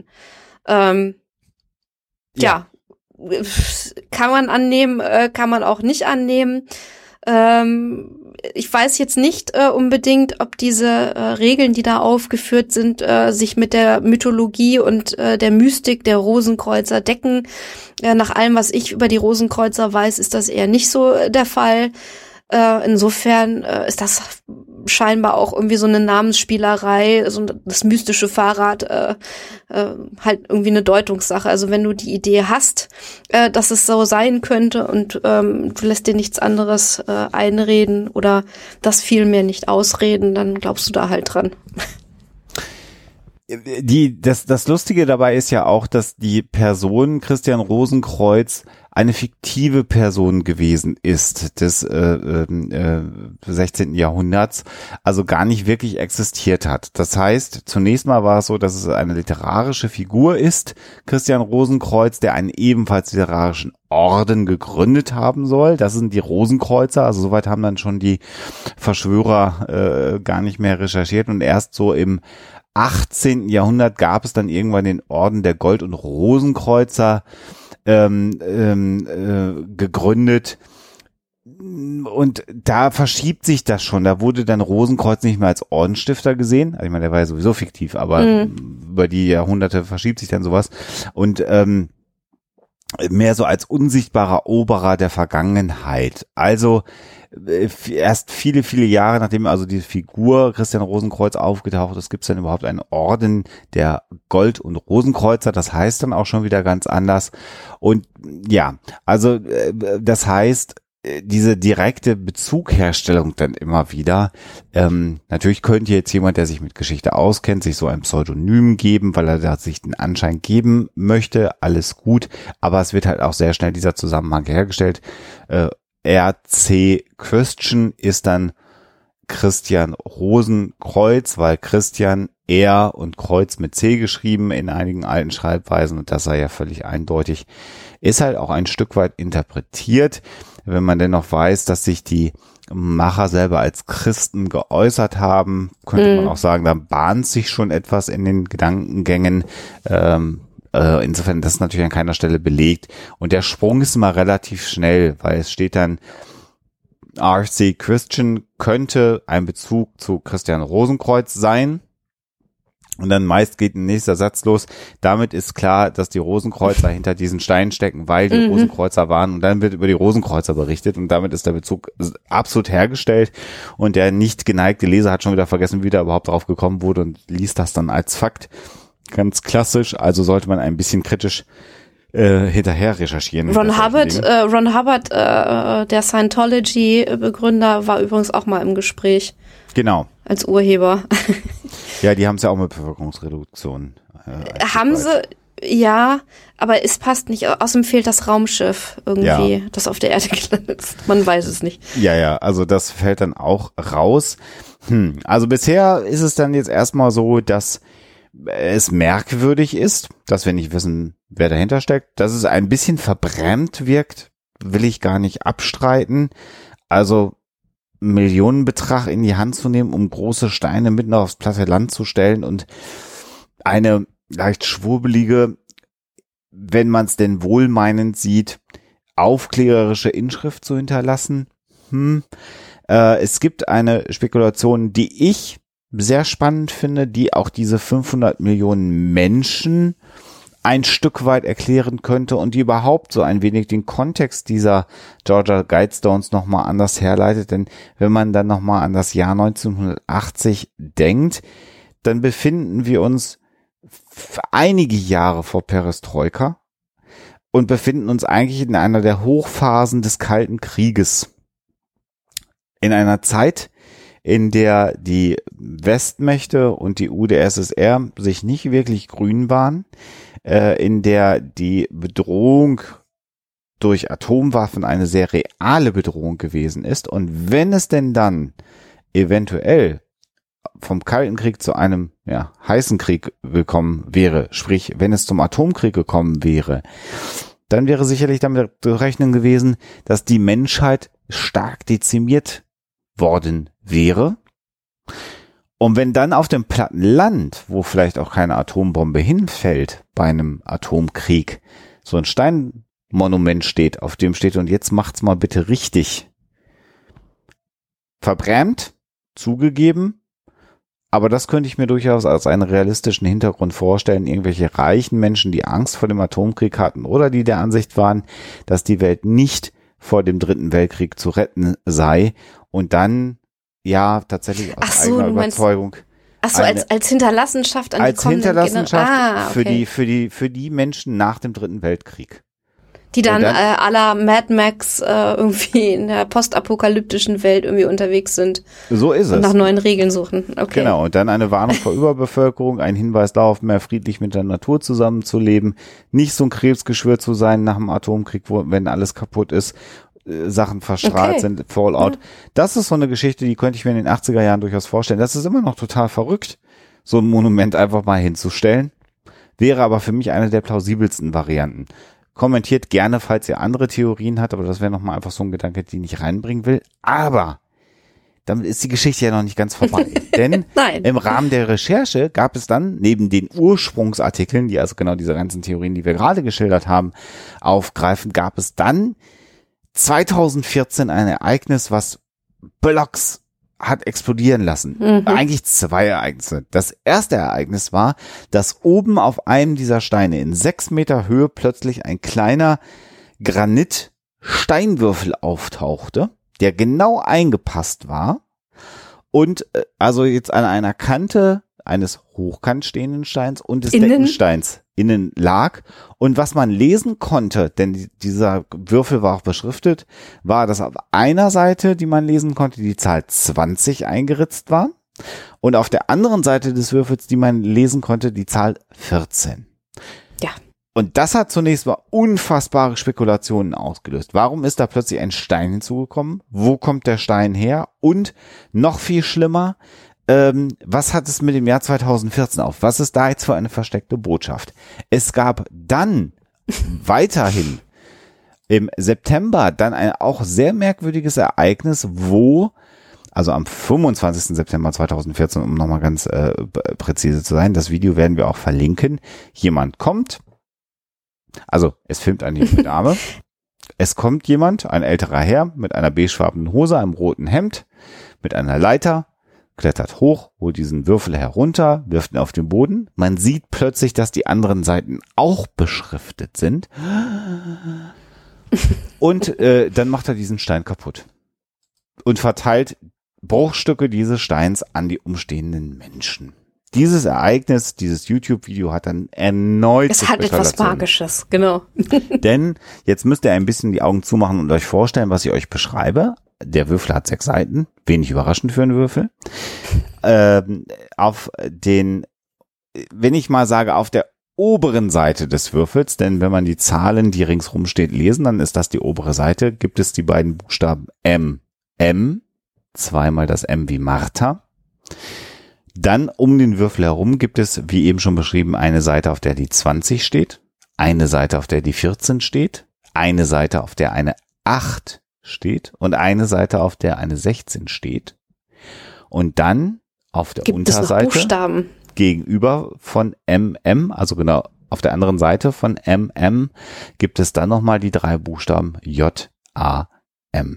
Ja, kann man annehmen, kann man auch nicht annehmen. Ich weiß jetzt nicht unbedingt, ob diese Regeln, die da aufgeführt sind, sich mit der Mythologie und der Mystik der Rosenkreuzer decken. Nach allem, was ich über die Rosenkreuzer weiß, ist das eher nicht so der Fall. Insofern ist das scheinbar auch irgendwie so eine Namensspielerei, so das mystische Fahrrad, halt irgendwie eine Deutungssache. Also wenn du die Idee hast, dass es so sein könnte und du lässt dir nichts anderes einreden oder das vielmehr nicht ausreden, dann glaubst du da halt dran. Das Lustige dabei ist ja auch, dass die Person Christian Rosenkreuz eine fiktive Person gewesen ist des 16. Jahrhunderts, also gar nicht wirklich existiert hat. Das heißt, zunächst mal war es so, dass es eine literarische Figur ist, Christian Rosenkreuz, der einen ebenfalls literarischen Orden gegründet haben soll. Das sind die Rosenkreuzer, also soweit haben dann schon die Verschwörer gar nicht mehr recherchiert und erst so im 18. Jahrhundert gab es dann irgendwann den Orden der Gold- und Rosenkreuzer gegründet. Und da verschiebt sich das schon. Da wurde dann Rosenkreuz nicht mehr als Ordensstifter gesehen. Also ich meine, der war ja sowieso fiktiv, aber über die Jahrhunderte verschiebt sich dann sowas. Und mehr so als unsichtbarer Eroberer der Vergangenheit. Also erst viele, viele Jahre, nachdem also die Figur Christian Rosenkreuz aufgetaucht ist, gibt es dann überhaupt einen Orden der Gold- und Rosenkreuzer. Das heißt dann auch schon wieder ganz anders. Und ja, also das heißt, diese direkte Bezugherstellung dann immer wieder. Natürlich könnte jetzt jemand, der sich mit Geschichte auskennt, sich so ein Pseudonym geben, weil er da sich den Anschein geben möchte. Alles gut, aber es wird halt auch sehr schnell dieser Zusammenhang hergestellt. R.C. Christian ist dann Christian Rosenkreuz, weil Christian R und Kreuz mit C geschrieben in einigen alten Schreibweisen und das sei ja völlig eindeutig. Ist halt auch ein Stück weit interpretiert, wenn man denn noch weiß, dass sich die Macher selber als Christen geäußert haben, könnte man auch sagen, da bahnt sich schon etwas in den Gedankengängen. Insofern, das ist natürlich an keiner Stelle belegt. Und der Sprung ist immer relativ schnell, weil es steht dann, R.C. Christian könnte ein Bezug zu Christian Rosenkreuz sein. Und dann meist geht ein nächster Satz los. Damit ist klar, dass die Rosenkreuzer hinter diesen Steinen stecken, weil die Rosenkreuzer waren. Und dann wird über die Rosenkreuzer berichtet und damit ist der Bezug absolut hergestellt. Und der nicht geneigte Leser hat schon wieder vergessen, wie der überhaupt drauf gekommen wurde und liest das dann als Fakt. Ganz klassisch. Also sollte man ein bisschen kritisch hinterher recherchieren. Ron Hubbard, der Scientology-Begründer, war übrigens auch mal im Gespräch. Genau. Als Urheber. Ja, die haben es ja auch mit Bevölkerungsreduktion. Haben sie, ja, aber es passt nicht. Außerdem fehlt das Raumschiff irgendwie, das auf der Erde gelandet ist. Man weiß es nicht. Ja, also das fällt dann auch raus. Also bisher ist es dann jetzt erstmal so, dass es merkwürdig ist, dass wir nicht wissen, wer dahinter steckt. Dass es ein bisschen verbrämt wirkt, will ich gar nicht abstreiten. Also Millionenbetrag in die Hand zu nehmen, um große Steine mitten aufs platte Land zu stellen und eine leicht schwurbelige, wenn man es denn wohlmeinend sieht, aufklärerische Inschrift zu hinterlassen. Es gibt eine Spekulation, die ich sehr spannend finde, die auch diese 500 Millionen Menschen ein Stück weit erklären könnte und die überhaupt so ein wenig den Kontext dieser Georgia Guidestones nochmal anders herleitet. Denn wenn man dann nochmal an das Jahr 1980 denkt, dann befinden wir uns einige Jahre vor Perestroika und befinden uns eigentlich in einer der Hochphasen des Kalten Krieges. In einer Zeit, in der die Westmächte und die UdSSR sich nicht wirklich grün waren, in der die Bedrohung durch Atomwaffen eine sehr reale Bedrohung gewesen ist. Und wenn es denn dann eventuell vom Kalten Krieg zu einem heißen Krieg gekommen wäre, sprich, wenn es zum Atomkrieg gekommen wäre, dann wäre sicherlich damit zu rechnen gewesen, dass die Menschheit stark dezimiert worden wäre. Und wenn dann auf dem platten Land, wo vielleicht auch keine Atombombe hinfällt bei einem Atomkrieg, so ein Steinmonument steht, auf dem steht, und jetzt macht's mal bitte richtig. Verbrämt, zugegeben, aber das könnte ich mir durchaus als einen realistischen Hintergrund vorstellen. Irgendwelche reichen Menschen, die Angst vor dem Atomkrieg hatten oder die der Ansicht waren, dass die Welt nicht vor dem Dritten Weltkrieg zu retten sei und dann tatsächlich aus eigener Überzeugung. Als Hinterlassenschaft an die als kommenden Hinterlassenschaft okay. für die Menschen nach dem Dritten Weltkrieg. Die dann à la Mad Max irgendwie in der postapokalyptischen Welt irgendwie unterwegs sind. So ist es. Und nach neuen Regeln suchen. Okay. Genau, und dann eine Warnung vor Überbevölkerung, ein Hinweis darauf, mehr friedlich mit der Natur zusammenzuleben, nicht so ein Krebsgeschwür zu sein nach dem Atomkrieg, wenn alles kaputt ist, Sachen verstrahlt sind, Fallout. Das ist so eine Geschichte, die könnte ich mir in den 80er Jahren durchaus vorstellen. Das ist immer noch total verrückt, so ein Monument einfach mal hinzustellen. Wäre aber für mich eine der plausibelsten Varianten. Kommentiert gerne, falls ihr andere Theorien habt, aber das wäre nochmal einfach so ein Gedanke, den ich reinbringen will. Aber damit ist die Geschichte ja noch nicht ganz vorbei. Denn im Rahmen der Recherche gab es dann neben den Ursprungsartikeln, die also genau diese ganzen Theorien, die wir gerade geschildert haben, aufgreifen, gab es dann 2014 ein Ereignis, was Blogs hat explodieren lassen. Eigentlich zwei Ereignisse. Das erste Ereignis war, dass oben auf einem dieser Steine in 6 Meter Höhe plötzlich ein kleiner Granitsteinwürfel auftauchte, der genau eingepasst war und also jetzt an einer Kante eines hochkant stehenden Steins und des Deckensteins innen lag. Und was man lesen konnte, denn dieser Würfel war auch beschriftet, war, dass auf einer Seite, die man lesen konnte, die Zahl 20 eingeritzt war und auf der anderen Seite des Würfels, die man lesen konnte, die Zahl 14. Ja. Und das hat zunächst mal unfassbare Spekulationen ausgelöst. Warum ist da plötzlich ein Stein hinzugekommen? Wo kommt der Stein her? Und noch viel schlimmer, was hat es mit dem Jahr 2014 auf? Was ist da jetzt für eine versteckte Botschaft? Es gab dann weiterhin im September dann ein auch sehr merkwürdiges Ereignis, wo, also am 25. September 2014, um nochmal ganz präzise zu sein, das Video werden wir auch verlinken, jemand kommt, also es filmt eine junge Dame, es kommt jemand, ein älterer Herr mit einer beigefarbenen Hose, einem roten Hemd, mit einer Leiter, klettert hoch, holt diesen Würfel herunter, wirft ihn auf den Boden. Man sieht plötzlich, dass die anderen Seiten auch beschriftet sind. Und dann macht er diesen Stein kaputt und verteilt Bruchstücke dieses Steins an die umstehenden Menschen. Dieses Ereignis, dieses YouTube-Video hat dann erneut es hat etwas Magisches, genau. Denn jetzt müsst ihr ein bisschen die Augen zumachen und euch vorstellen, was ich euch beschreibe. Der Würfel hat 6 Seiten, wenig überraschend für einen Würfel. Wenn ich mal sage, auf der oberen Seite des Würfels, denn wenn man die Zahlen, die ringsrum steht, lesen, dann ist das die obere Seite, gibt es die beiden Buchstaben M, zweimal das M wie Martha. Dann um den Würfel herum gibt es, wie eben schon beschrieben, eine Seite, auf der die 20 steht, eine Seite, auf der die 14 steht, eine Seite, auf der eine 8 steht und eine Seite, auf der eine 16 steht. Und dann auf der Unterseite gegenüber von MM, also genau auf der anderen Seite von MM, gibt es dann nochmal die 3 Buchstaben J-A-M.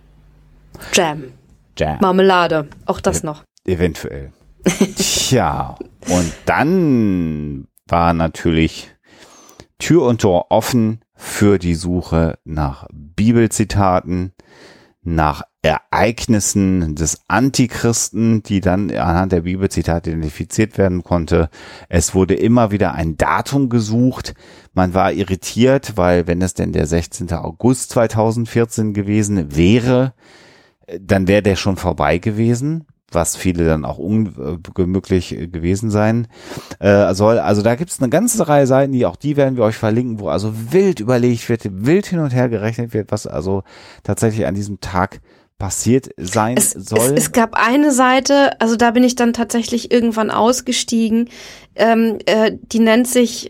Jam. Marmelade, auch das noch. Eventuell. Tja, und dann war natürlich Tür und Tor offen für die Suche nach Bibelzitaten, nach Ereignissen des Antichristen, die dann anhand der Bibelzitate identifiziert werden konnte. Es wurde immer wieder ein Datum gesucht. Man war irritiert, weil wenn es denn der 16. August 2014 gewesen wäre, dann wäre der schon vorbei gewesen, was viele dann auch ungemütlich gewesen sein soll. Also da gibt es eine ganze Reihe Seiten, die werden wir euch verlinken, wo also wild überlegt wird, wild hin und her gerechnet wird, was also tatsächlich an diesem Tag passiert sein soll. Es gab eine Seite, also da bin ich dann tatsächlich irgendwann ausgestiegen, die nennt sich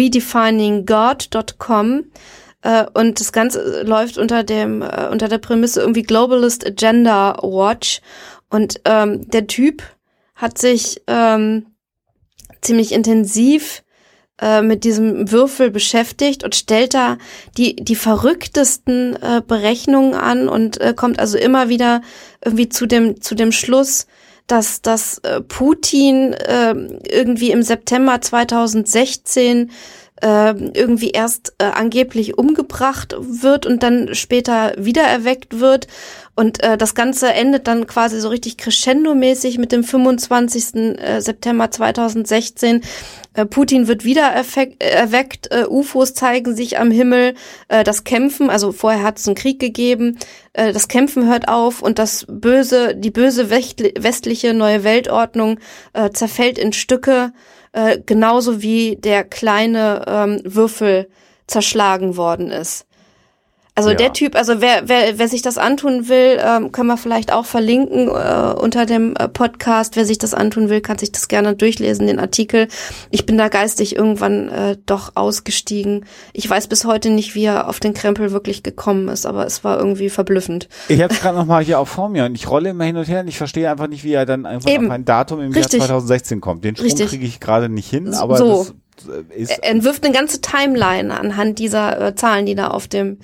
redefininggod.com. Und das Ganze läuft unter der Prämisse irgendwie Globalist Agenda Watch. Und der Typ hat sich ziemlich intensiv mit diesem Würfel beschäftigt und stellt da die verrücktesten Berechnungen an und kommt also immer wieder irgendwie zu dem Schluss, dass Putin irgendwie im September 2016 irgendwie erst angeblich umgebracht wird und dann später wiedererweckt wird. Und das Ganze endet dann quasi so richtig crescendo-mäßig mit dem 25. September 2016. Putin wird wieder erweckt, UFOs zeigen sich am Himmel, das Kämpfen, also vorher hat es einen Krieg gegeben, das Kämpfen hört auf und die böse westliche neue Weltordnung zerfällt in Stücke, genauso wie der kleine Würfel zerschlagen worden ist. Also der Typ, also wer sich das antun will, können wir vielleicht auch verlinken unter dem Podcast. Wer sich das antun will, kann sich das gerne durchlesen, den Artikel. Ich bin da geistig irgendwann doch ausgestiegen. Ich weiß bis heute nicht, wie er auf den Krempel wirklich gekommen ist, aber es war irgendwie verblüffend. Ich habe es gerade nochmal hier auch vor mir und ich rolle immer hin und her und ich verstehe einfach nicht, wie er dann einfach auf ein Datum im Jahr 2016 kommt. Den Sprung kriege ich gerade nicht hin, aber so. Das ist... Er entwirft eine ganze Timeline anhand dieser Zahlen, die da auf dem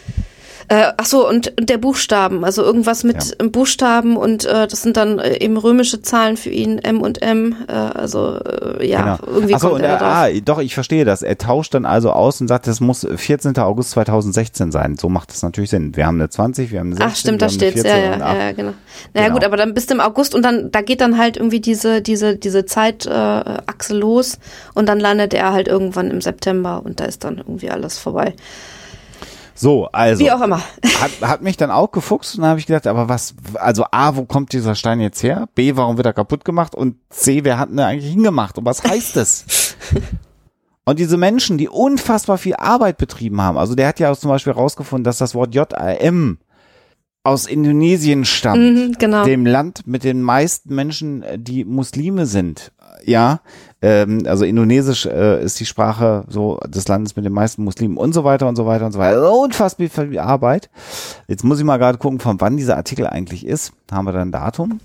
und der Buchstaben, also irgendwas mit Buchstaben und das sind dann eben römische Zahlen für ihn, M und M, irgendwie kommt er drauf. Doch, ich verstehe das. Er tauscht dann also aus und sagt, das muss 14. August 2016 sein. So macht das natürlich Sinn. Wir haben eine 20, wir haben eine 16, stimmt, da steht's, ja, genau. Naja gut, aber dann bis im August und dann, da geht dann halt irgendwie diese Zeitachse los und dann landet er halt irgendwann im September und da ist dann irgendwie alles vorbei. So, also. Wie auch immer. Hat mich dann auch gefuchst und dann habe ich gedacht, aber was, also A, wo kommt dieser Stein jetzt her? B, warum wird er kaputt gemacht? Und C, wer hat ihn eigentlich hingemacht? Und was heißt das? Und diese Menschen, die unfassbar viel Arbeit betrieben haben, also der hat ja zum Beispiel herausgefunden, dass das Wort JAM aus Indonesien stammt, genau. Dem Land mit den meisten Menschen, die Muslime sind. Ja, also Indonesisch ist die Sprache so des Landes mit den meisten Muslimen und so weiter und so weiter und so weiter. Unfassbar viel Arbeit. Jetzt muss ich mal gerade gucken, von wann dieser Artikel eigentlich ist. Haben wir da ein Datum?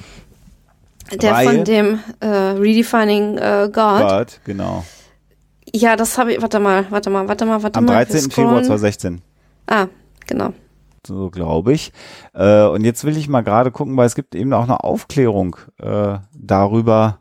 Von dem Redefining God. God, genau. Ja, das habe ich, warte mal. Am 13. Februar 2016. Ah, genau. So glaube ich. Und jetzt will ich mal gerade gucken, weil es gibt eben auch eine Aufklärung darüber,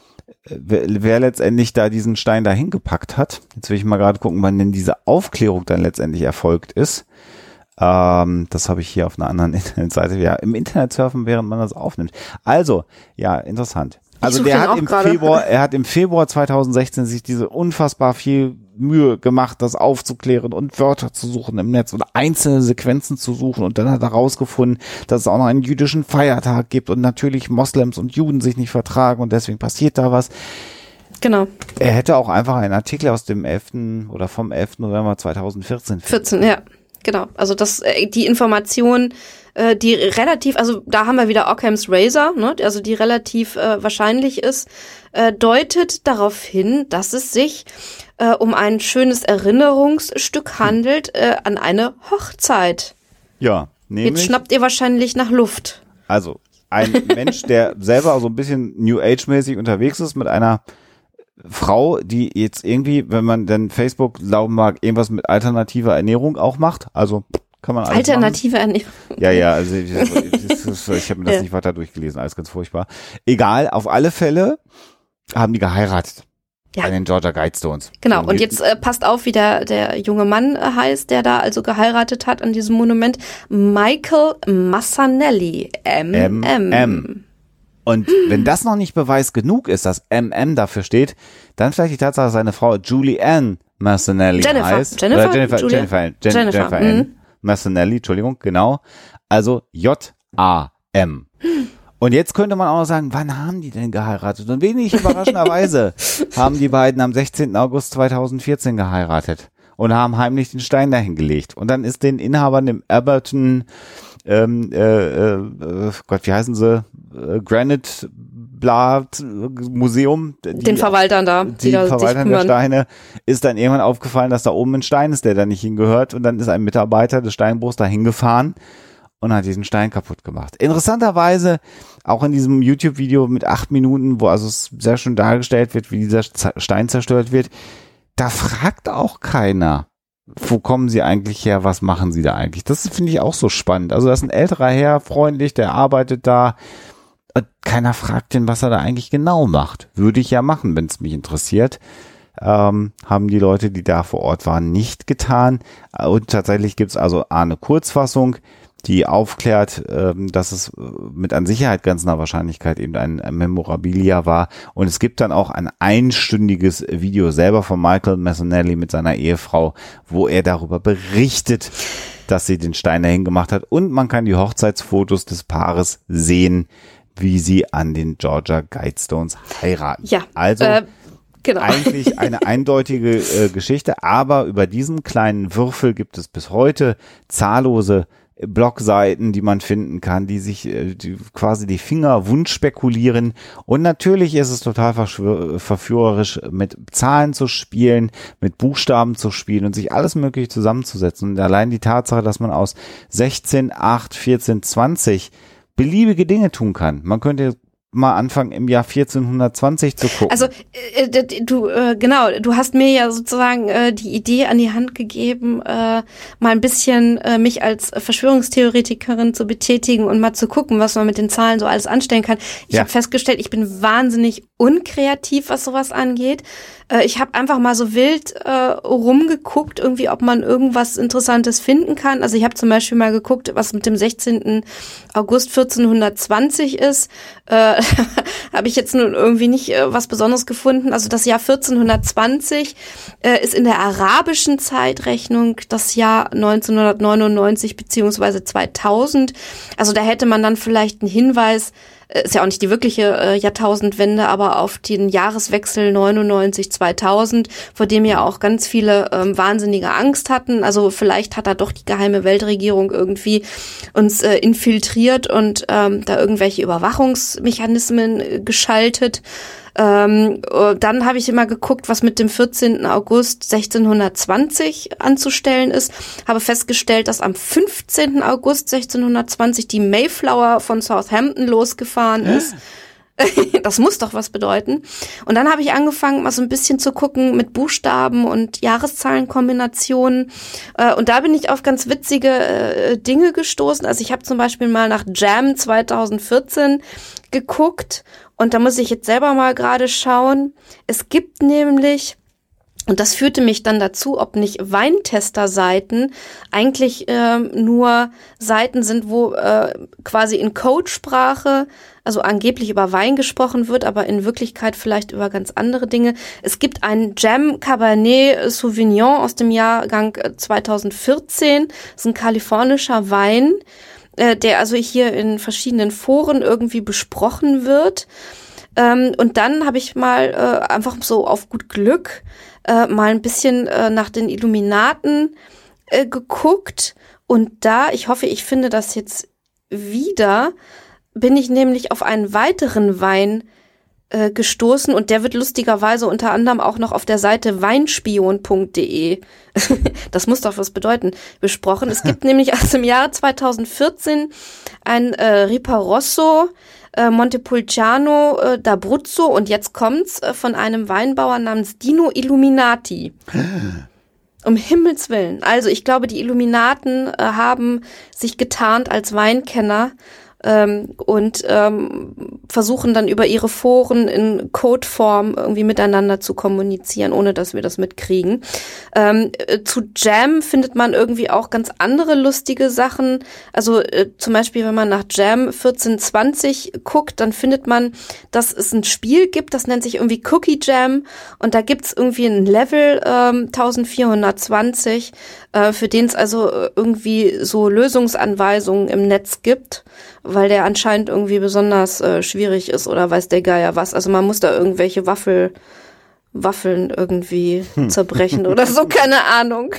wer letztendlich da diesen Stein da hingepackt hat. Jetzt will ich mal gerade gucken, wann denn diese Aufklärung dann letztendlich erfolgt ist. Das habe ich hier auf einer anderen Internetseite. Ja, im Internet surfen, während man das aufnimmt. Also, ja, interessant. Also er hat im Februar 2016 sich diese unfassbar viel Mühe gemacht, das aufzuklären und Wörter zu suchen im Netz und einzelne Sequenzen zu suchen und dann hat er herausgefunden, dass es auch noch einen jüdischen Feiertag gibt und natürlich Moslems und Juden sich nicht vertragen und deswegen passiert da was. Genau. Er hätte auch einfach einen Artikel aus dem 11. oder vom 11. November 2014 ja, genau. Also die Information, die relativ, also da haben wir wieder Occam's Razor, ne? Also die relativ wahrscheinlich ist, deutet darauf hin, dass es sich um ein schönes Erinnerungsstück handelt an eine Hochzeit. Ja, nämlich. Jetzt schnappt ihr wahrscheinlich nach Luft. Also ein Mensch, der selber so ein bisschen New Age-mäßig unterwegs ist mit einer Frau, die jetzt irgendwie, wenn man dann Facebook glauben mag, irgendwas mit alternativer Ernährung auch macht. Also kann man alles alternative Ernährung. Ja, also ich habe mir das nicht weiter durchgelesen, alles ganz furchtbar. Egal, auf alle Fälle haben die geheiratet. Ja. Bei den Georgia Guidestones. Genau, und jetzt passt auf, wie der junge Mann heißt, der da also geheiratet hat an diesem Monument. Michael Massanelli, MM. Und wenn das noch nicht Beweis genug ist, dass MM dafür steht, dann vielleicht die Tatsache, dass seine Frau Julie Ann Massanelli heißt. Jennifer Ann Massanelli, Entschuldigung, genau. Also J-A-M. Und jetzt könnte man auch noch sagen, wann haben die denn geheiratet? Und wenig überraschenderweise haben die beiden am 16. August 2014 geheiratet und haben heimlich den Stein dahin gelegt. Und dann ist den Inhabern im Aberton, wie heißen sie? Granite Blatt Museum. Den Verwaltern da. Die Verwaltern der Steine ist dann irgendwann aufgefallen, dass da oben ein Stein ist, der da nicht hingehört. Und dann ist ein Mitarbeiter des Steinbruchs da hingefahren und hat diesen Stein kaputt gemacht. Interessanterweise auch in diesem YouTube-Video mit 8 Minuten, wo also es sehr schön dargestellt wird, wie dieser Stein zerstört wird, da fragt auch keiner, wo kommen sie eigentlich her, was machen sie da eigentlich? Das finde ich auch so spannend. Also das ist ein älterer Herr, freundlich, der arbeitet da. Keiner fragt ihn, was er da eigentlich genau macht. Würde ich ja machen, wenn es mich interessiert. haben die Leute, die da vor Ort waren, nicht getan. Und tatsächlich gibt es also eine Kurzfassung, die aufklärt, dass es mit an Sicherheit grenzender Wahrscheinlichkeit eben ein Memorabilia war. Und es gibt dann auch ein einstündiges Video selber von Michael Massanelli mit seiner Ehefrau, wo er darüber berichtet, dass sie den Stein dahin gemacht hat. Und man kann die Hochzeitsfotos des Paares sehen, wie sie an den Georgia Guidestones heiraten. Ja, also genau. Eigentlich eine eindeutige Geschichte, aber über diesen kleinen Würfel gibt es bis heute zahllose Blogseiten, die man finden kann, die sich quasi die Finger wund spekulieren. Und natürlich ist es total verführerisch, mit Zahlen zu spielen, mit Buchstaben zu spielen und sich alles Mögliche zusammenzusetzen. Und allein die Tatsache, dass man aus 16, 8, 14, 20 beliebige Dinge tun kann. Man könnte mal anfangen, im Jahr 1420 zu gucken. Also du hast mir ja sozusagen die Idee an die Hand gegeben, mal ein bisschen mich als Verschwörungstheoretikerin zu betätigen und mal zu gucken, was man mit den Zahlen so alles anstellen kann. Ich habe festgestellt, ich bin wahnsinnig unkreativ, was sowas angeht. Ich habe einfach mal so wild rumgeguckt, irgendwie, ob man irgendwas Interessantes finden kann. Also ich habe zum Beispiel mal geguckt, was mit dem 16. August 1420 ist. Habe ich jetzt nun irgendwie nicht was Besonderes gefunden. Also das Jahr 1420 ist in der arabischen Zeitrechnung das Jahr 1999 beziehungsweise 2000. Also da hätte man dann vielleicht einen Hinweis, ist ja auch nicht die wirkliche Jahrtausendwende, aber auf den Jahreswechsel 99-2000, vor dem ja auch ganz viele wahnsinnige Angst hatten. Also vielleicht hat da doch die geheime Weltregierung irgendwie uns infiltriert und da irgendwelche Überwachungsmechanismen geschaltet. Dann habe ich immer geguckt, was mit dem 14. August 1620 anzustellen ist. Habe festgestellt, dass am 15. August 1620 die Mayflower von Southampton losgefahren ist. Das muss doch was bedeuten. Und dann habe ich angefangen, mal so ein bisschen zu gucken mit Buchstaben und Jahreszahlenkombinationen. Und da bin ich auf ganz witzige Dinge gestoßen. Also ich habe zum Beispiel mal nach Jam 2014 geguckt. Und da muss ich jetzt selber mal gerade schauen. Es gibt nämlich, und das führte mich dann dazu, ob nicht Weintester-Seiten eigentlich nur Seiten sind, wo quasi in Codesprache, also angeblich über Wein gesprochen wird, aber in Wirklichkeit vielleicht über ganz andere Dinge. Es gibt einen Jam Cabernet Sauvignon aus dem Jahrgang 2014. Das ist ein kalifornischer Wein, der also hier in verschiedenen Foren irgendwie besprochen wird. Und dann habe ich mal einfach so auf gut Glück mal ein bisschen nach den Illuminaten geguckt. Und da, ich hoffe, ich finde das jetzt wieder, bin ich nämlich auf einen weiteren Wein gestoßen und der wird lustigerweise unter anderem auch noch auf der Seite weinspion.de, das muss doch was bedeuten, besprochen. Es gibt nämlich aus dem Jahr 2014 ein Riparosso Montepulciano d'Abruzzo und jetzt kommt's von einem Weinbauer namens Dino Illuminati. Um Himmels Willen. Also ich glaube, die Illuminaten haben sich getarnt als Weinkenner und versuchen dann über ihre Foren in Codeform irgendwie miteinander zu kommunizieren, ohne dass wir das mitkriegen. Zu Jam findet man irgendwie auch ganz andere lustige Sachen. Also zum Beispiel, wenn man nach Jam 1420 guckt, dann findet man, dass es ein Spiel gibt, das nennt sich irgendwie Cookie Jam und da gibt's irgendwie ein Level 1420, für den es also irgendwie so Lösungsanweisungen im Netz gibt, weil der anscheinend irgendwie besonders schwierig ist oder weiß der Geier was. Also man muss da irgendwelche Waffeln irgendwie zerbrechen oder so, keine Ahnung.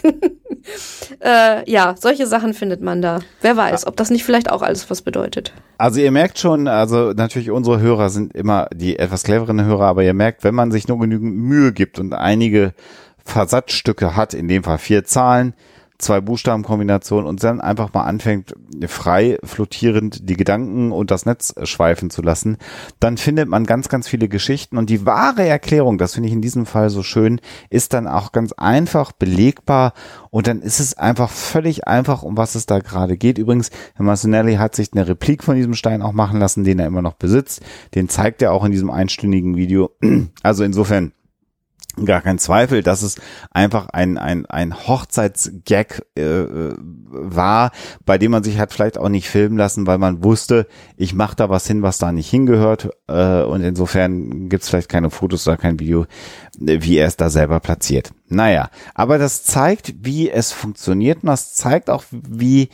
Ja, solche Sachen findet man da. Wer weiß, ob das nicht vielleicht auch alles was bedeutet. Also ihr merkt schon, also natürlich unsere Hörer sind immer die etwas cleveren Hörer, aber ihr merkt, wenn man sich nur genügend Mühe gibt und einige Versatzstücke hat, in dem Fall 4 Zahlen, 2 Buchstabenkombinationen und dann einfach mal anfängt, frei flottierend die Gedanken und das Netz schweifen zu lassen, dann findet man ganz, ganz viele Geschichten und die wahre Erklärung, das finde ich in diesem Fall so schön, ist dann auch ganz einfach belegbar und dann ist es einfach völlig einfach, um was es da gerade geht. Übrigens, Herr Massanelli hat sich eine Replik von diesem Stein auch machen lassen, den er immer noch besitzt. Den zeigt er auch in diesem einstündigen Video. Also insofern gar kein Zweifel, dass es einfach ein Hochzeitsgag war, bei dem man sich hat vielleicht auch nicht filmen lassen, weil man wusste, ich mache da was hin, was da nicht hingehört, und insofern gibt's vielleicht keine Fotos oder kein Video, wie er es da selber platziert. Naja, aber das zeigt, wie es funktioniert, und das zeigt auch, wie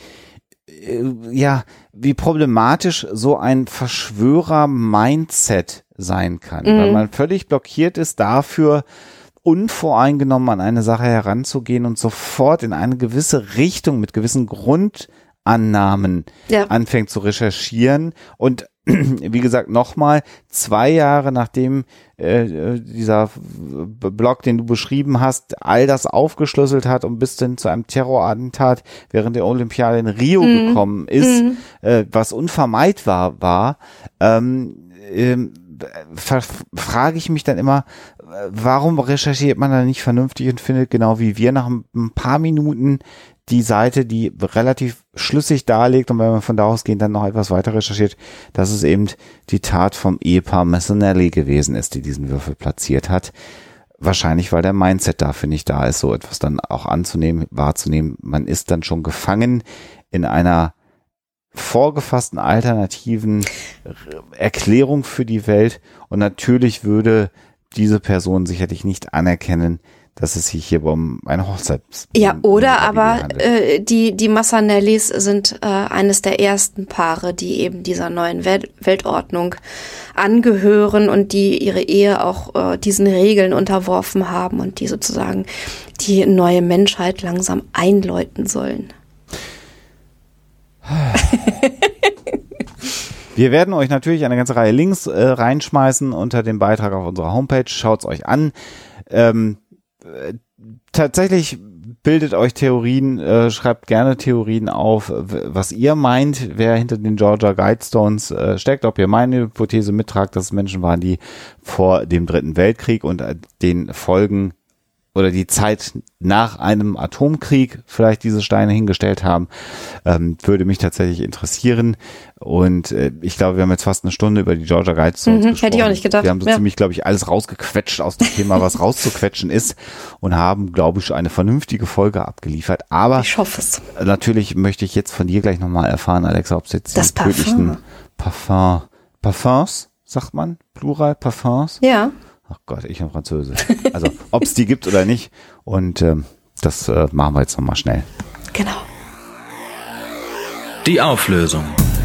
problematisch so ein Verschwörer-Mindset sein kann, weil man völlig blockiert ist dafür, unvoreingenommen an eine Sache heranzugehen und sofort in eine gewisse Richtung mit gewissen Grundannahmen anfängt zu recherchieren. Und wie gesagt, nochmal 2 Jahre nachdem dieser Blog, den du beschrieben hast, all das aufgeschlüsselt hat und bis hin zu einem Terrorattentat während der Olympiade in Rio gekommen ist, was unvermeidbar war, frage ich mich dann immer, warum recherchiert man da nicht vernünftig und findet genau wie wir nach ein paar Minuten die Seite, die relativ schlüssig darlegt, und wenn man von da ausgehend dann noch etwas weiter recherchiert, dass es eben die Tat vom Ehepaar Massanelli gewesen ist, die diesen Würfel platziert hat. Wahrscheinlich, weil der Mindset dafür nicht da ist, so etwas dann auch anzunehmen, wahrzunehmen. Man ist dann schon gefangen in einer vorgefassten alternativen Erklärung für die Welt, und natürlich würde diese Person sicherlich nicht anerkennen, dass es sich hier um eine Hochzeit oder aber die Massanellis sind eines der ersten Paare, die eben dieser neuen Weltordnung angehören und die ihre Ehe auch diesen Regeln unterworfen haben und die sozusagen die neue Menschheit langsam einläuten sollen. Wir werden euch natürlich eine ganze Reihe Links reinschmeißen unter dem Beitrag auf unserer Homepage. Schaut's euch an. Tatsächlich bildet euch Theorien, schreibt gerne Theorien auf, was ihr meint, wer hinter den Georgia Guidestones steckt, ob ihr meine Hypothese mittragt, dass es Menschen waren, die vor dem Dritten Weltkrieg und den Folgen oder die Zeit nach einem Atomkrieg vielleicht diese Steine hingestellt haben, würde mich tatsächlich interessieren. Und ich glaube, wir haben jetzt fast eine Stunde über die Georgia Guidestones gesprochen. Hätte ich auch nicht gedacht. Wir haben so ziemlich, glaube ich, alles rausgequetscht aus dem Thema, was rauszuquetschen ist, und haben, glaube ich, eine vernünftige Folge abgeliefert. Aber ich hoffe es. Natürlich möchte ich jetzt von dir gleich nochmal erfahren, Alexa, ob es jetzt die tödlichen Parfums, sagt man, Plural, Parfums? Ja. Ach Gott, ich bin Französisch. Also, ob es die gibt oder nicht. Und das machen wir jetzt nochmal schnell. Genau. Die Auflösung.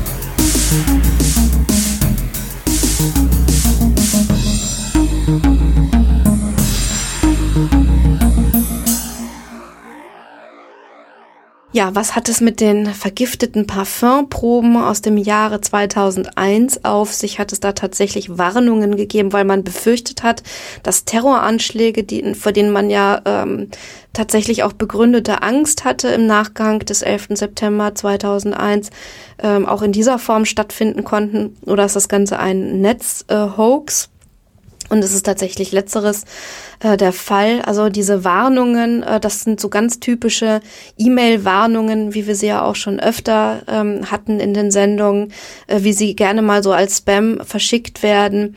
Ja, was hat es mit den vergifteten Parfümproben aus dem Jahre 2001 auf sich? Hat es da tatsächlich Warnungen gegeben, weil man befürchtet hat, dass Terroranschläge, vor denen man ja tatsächlich auch begründete Angst hatte im Nachgang des 11. September 2001, auch in dieser Form stattfinden konnten? Oder ist das Ganze ein Netz-Hoax? Und es ist tatsächlich Letzteres der Fall. Also diese Warnungen, das sind so ganz typische E-Mail-Warnungen, wie wir sie ja auch schon öfter hatten in den Sendungen, wie sie gerne mal so als Spam verschickt werden.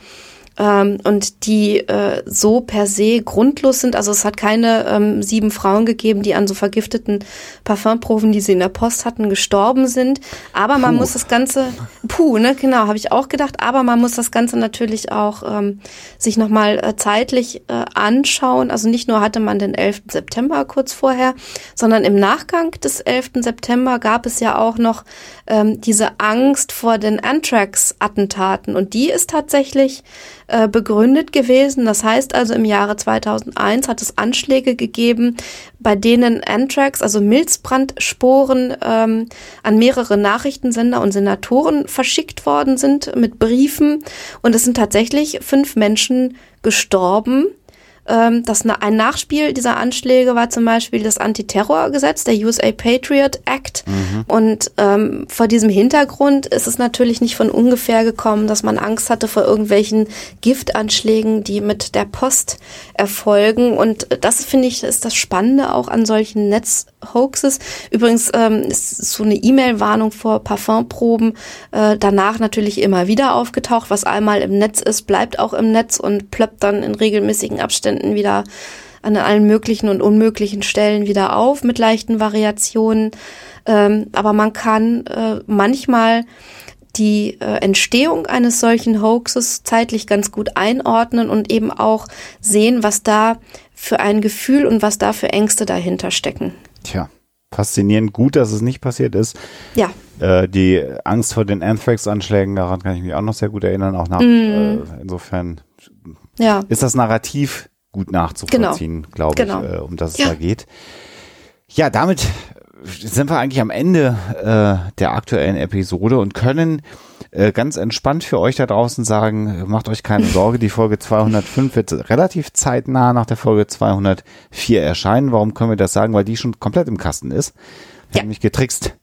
Und die so per se grundlos sind. Also es hat keine 7 Frauen gegeben, die an so vergifteten Parfümproben, die sie in der Post hatten, gestorben sind. Aber man muss das Ganze, genau, habe ich auch gedacht. Aber man muss das Ganze natürlich auch sich nochmal zeitlich anschauen. Also nicht nur hatte man den 11. September kurz vorher, sondern im Nachgang des 11. September gab es ja auch noch diese Angst vor den Anthrax-Attentaten. Und die ist tatsächlich begründet gewesen. Das heißt also, im Jahre 2001 hat es Anschläge gegeben, bei denen Anthrax, also Milzbrandsporen, an mehrere Nachrichtensender und Senatoren verschickt worden sind mit Briefen. Und es sind tatsächlich 5 Menschen gestorben. Ein Nachspiel dieser Anschläge war zum Beispiel das Antiterrorgesetz, der USA Patriot Act. Und vor diesem Hintergrund ist es natürlich nicht von ungefähr gekommen, dass man Angst hatte vor irgendwelchen Giftanschlägen, die mit der Post erfolgen. Und das, finde ich, ist das Spannende auch an solchen Netzhoaxes. Übrigens ist so eine E-Mail-Warnung vor Parfümproben danach natürlich immer wieder aufgetaucht. Was einmal im Netz ist, bleibt auch im Netz und plöppt dann in regelmäßigen Abständen Abständen wieder an allen möglichen und unmöglichen Stellen wieder auf mit leichten Variationen. Aber man kann manchmal die Entstehung eines solchen Hoaxes zeitlich ganz gut einordnen und eben auch sehen, was da für ein Gefühl und was da für Ängste dahinter stecken. Tja, faszinierend, gut, dass es nicht passiert ist. Ja. Die Angst vor den Anthrax-Anschlägen, daran kann ich mich auch noch sehr gut erinnern, auch nach, insofern ist das Narrativ gut nachzuvollziehen, glaube ich, um das es da geht. Ja, damit sind wir eigentlich am Ende der aktuellen Episode und können ganz entspannt für euch da draußen sagen, macht euch keine Sorge, die Folge 205 wird relativ zeitnah nach der Folge 204 erscheinen. Warum können wir das sagen? Weil die schon komplett im Kasten ist. Wir haben mich getrickst.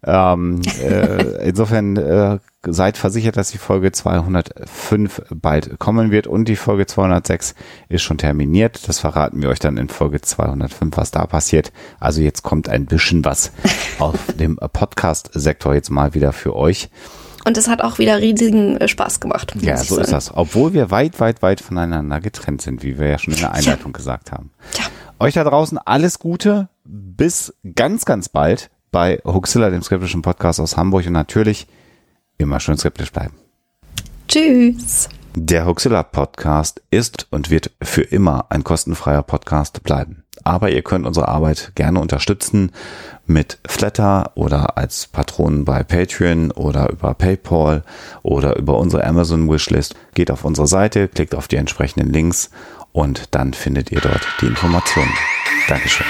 Insofern seid versichert, dass die Folge 205 bald kommen wird und die Folge 206 ist schon terminiert. Das verraten wir euch dann in Folge 205, was da passiert. Also jetzt kommt ein bisschen was auf dem Podcast-Sektor jetzt mal wieder für euch. Und es hat auch wieder riesigen Spaß gemacht. Ja, so ist das. Obwohl wir weit, weit, weit voneinander getrennt sind, wie wir ja schon in der Einleitung gesagt haben. Euch da draußen alles Gute. Bis ganz, ganz bald bei Hoaxilla, dem skeptischen Podcast aus Hamburg und natürlich immer schön skeptisch bleiben. Tschüss. Der Hoaxilla Podcast ist und wird für immer ein kostenfreier Podcast bleiben. Aber ihr könnt unsere Arbeit gerne unterstützen mit Flatter oder als Patronen bei Patreon oder über PayPal oder über unsere Amazon Wishlist. Geht auf unsere Seite, klickt auf die entsprechenden Links und dann findet ihr dort die Informationen. Dankeschön.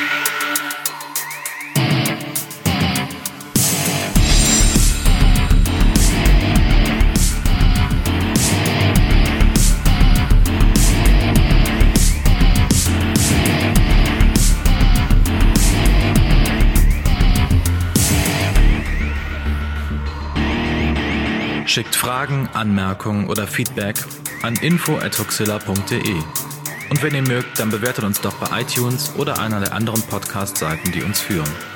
Schickt Fragen, Anmerkungen oder Feedback an info@hoaxilla.de. Und wenn ihr mögt, dann bewertet uns doch bei iTunes oder einer der anderen Podcast-Seiten, die uns führen.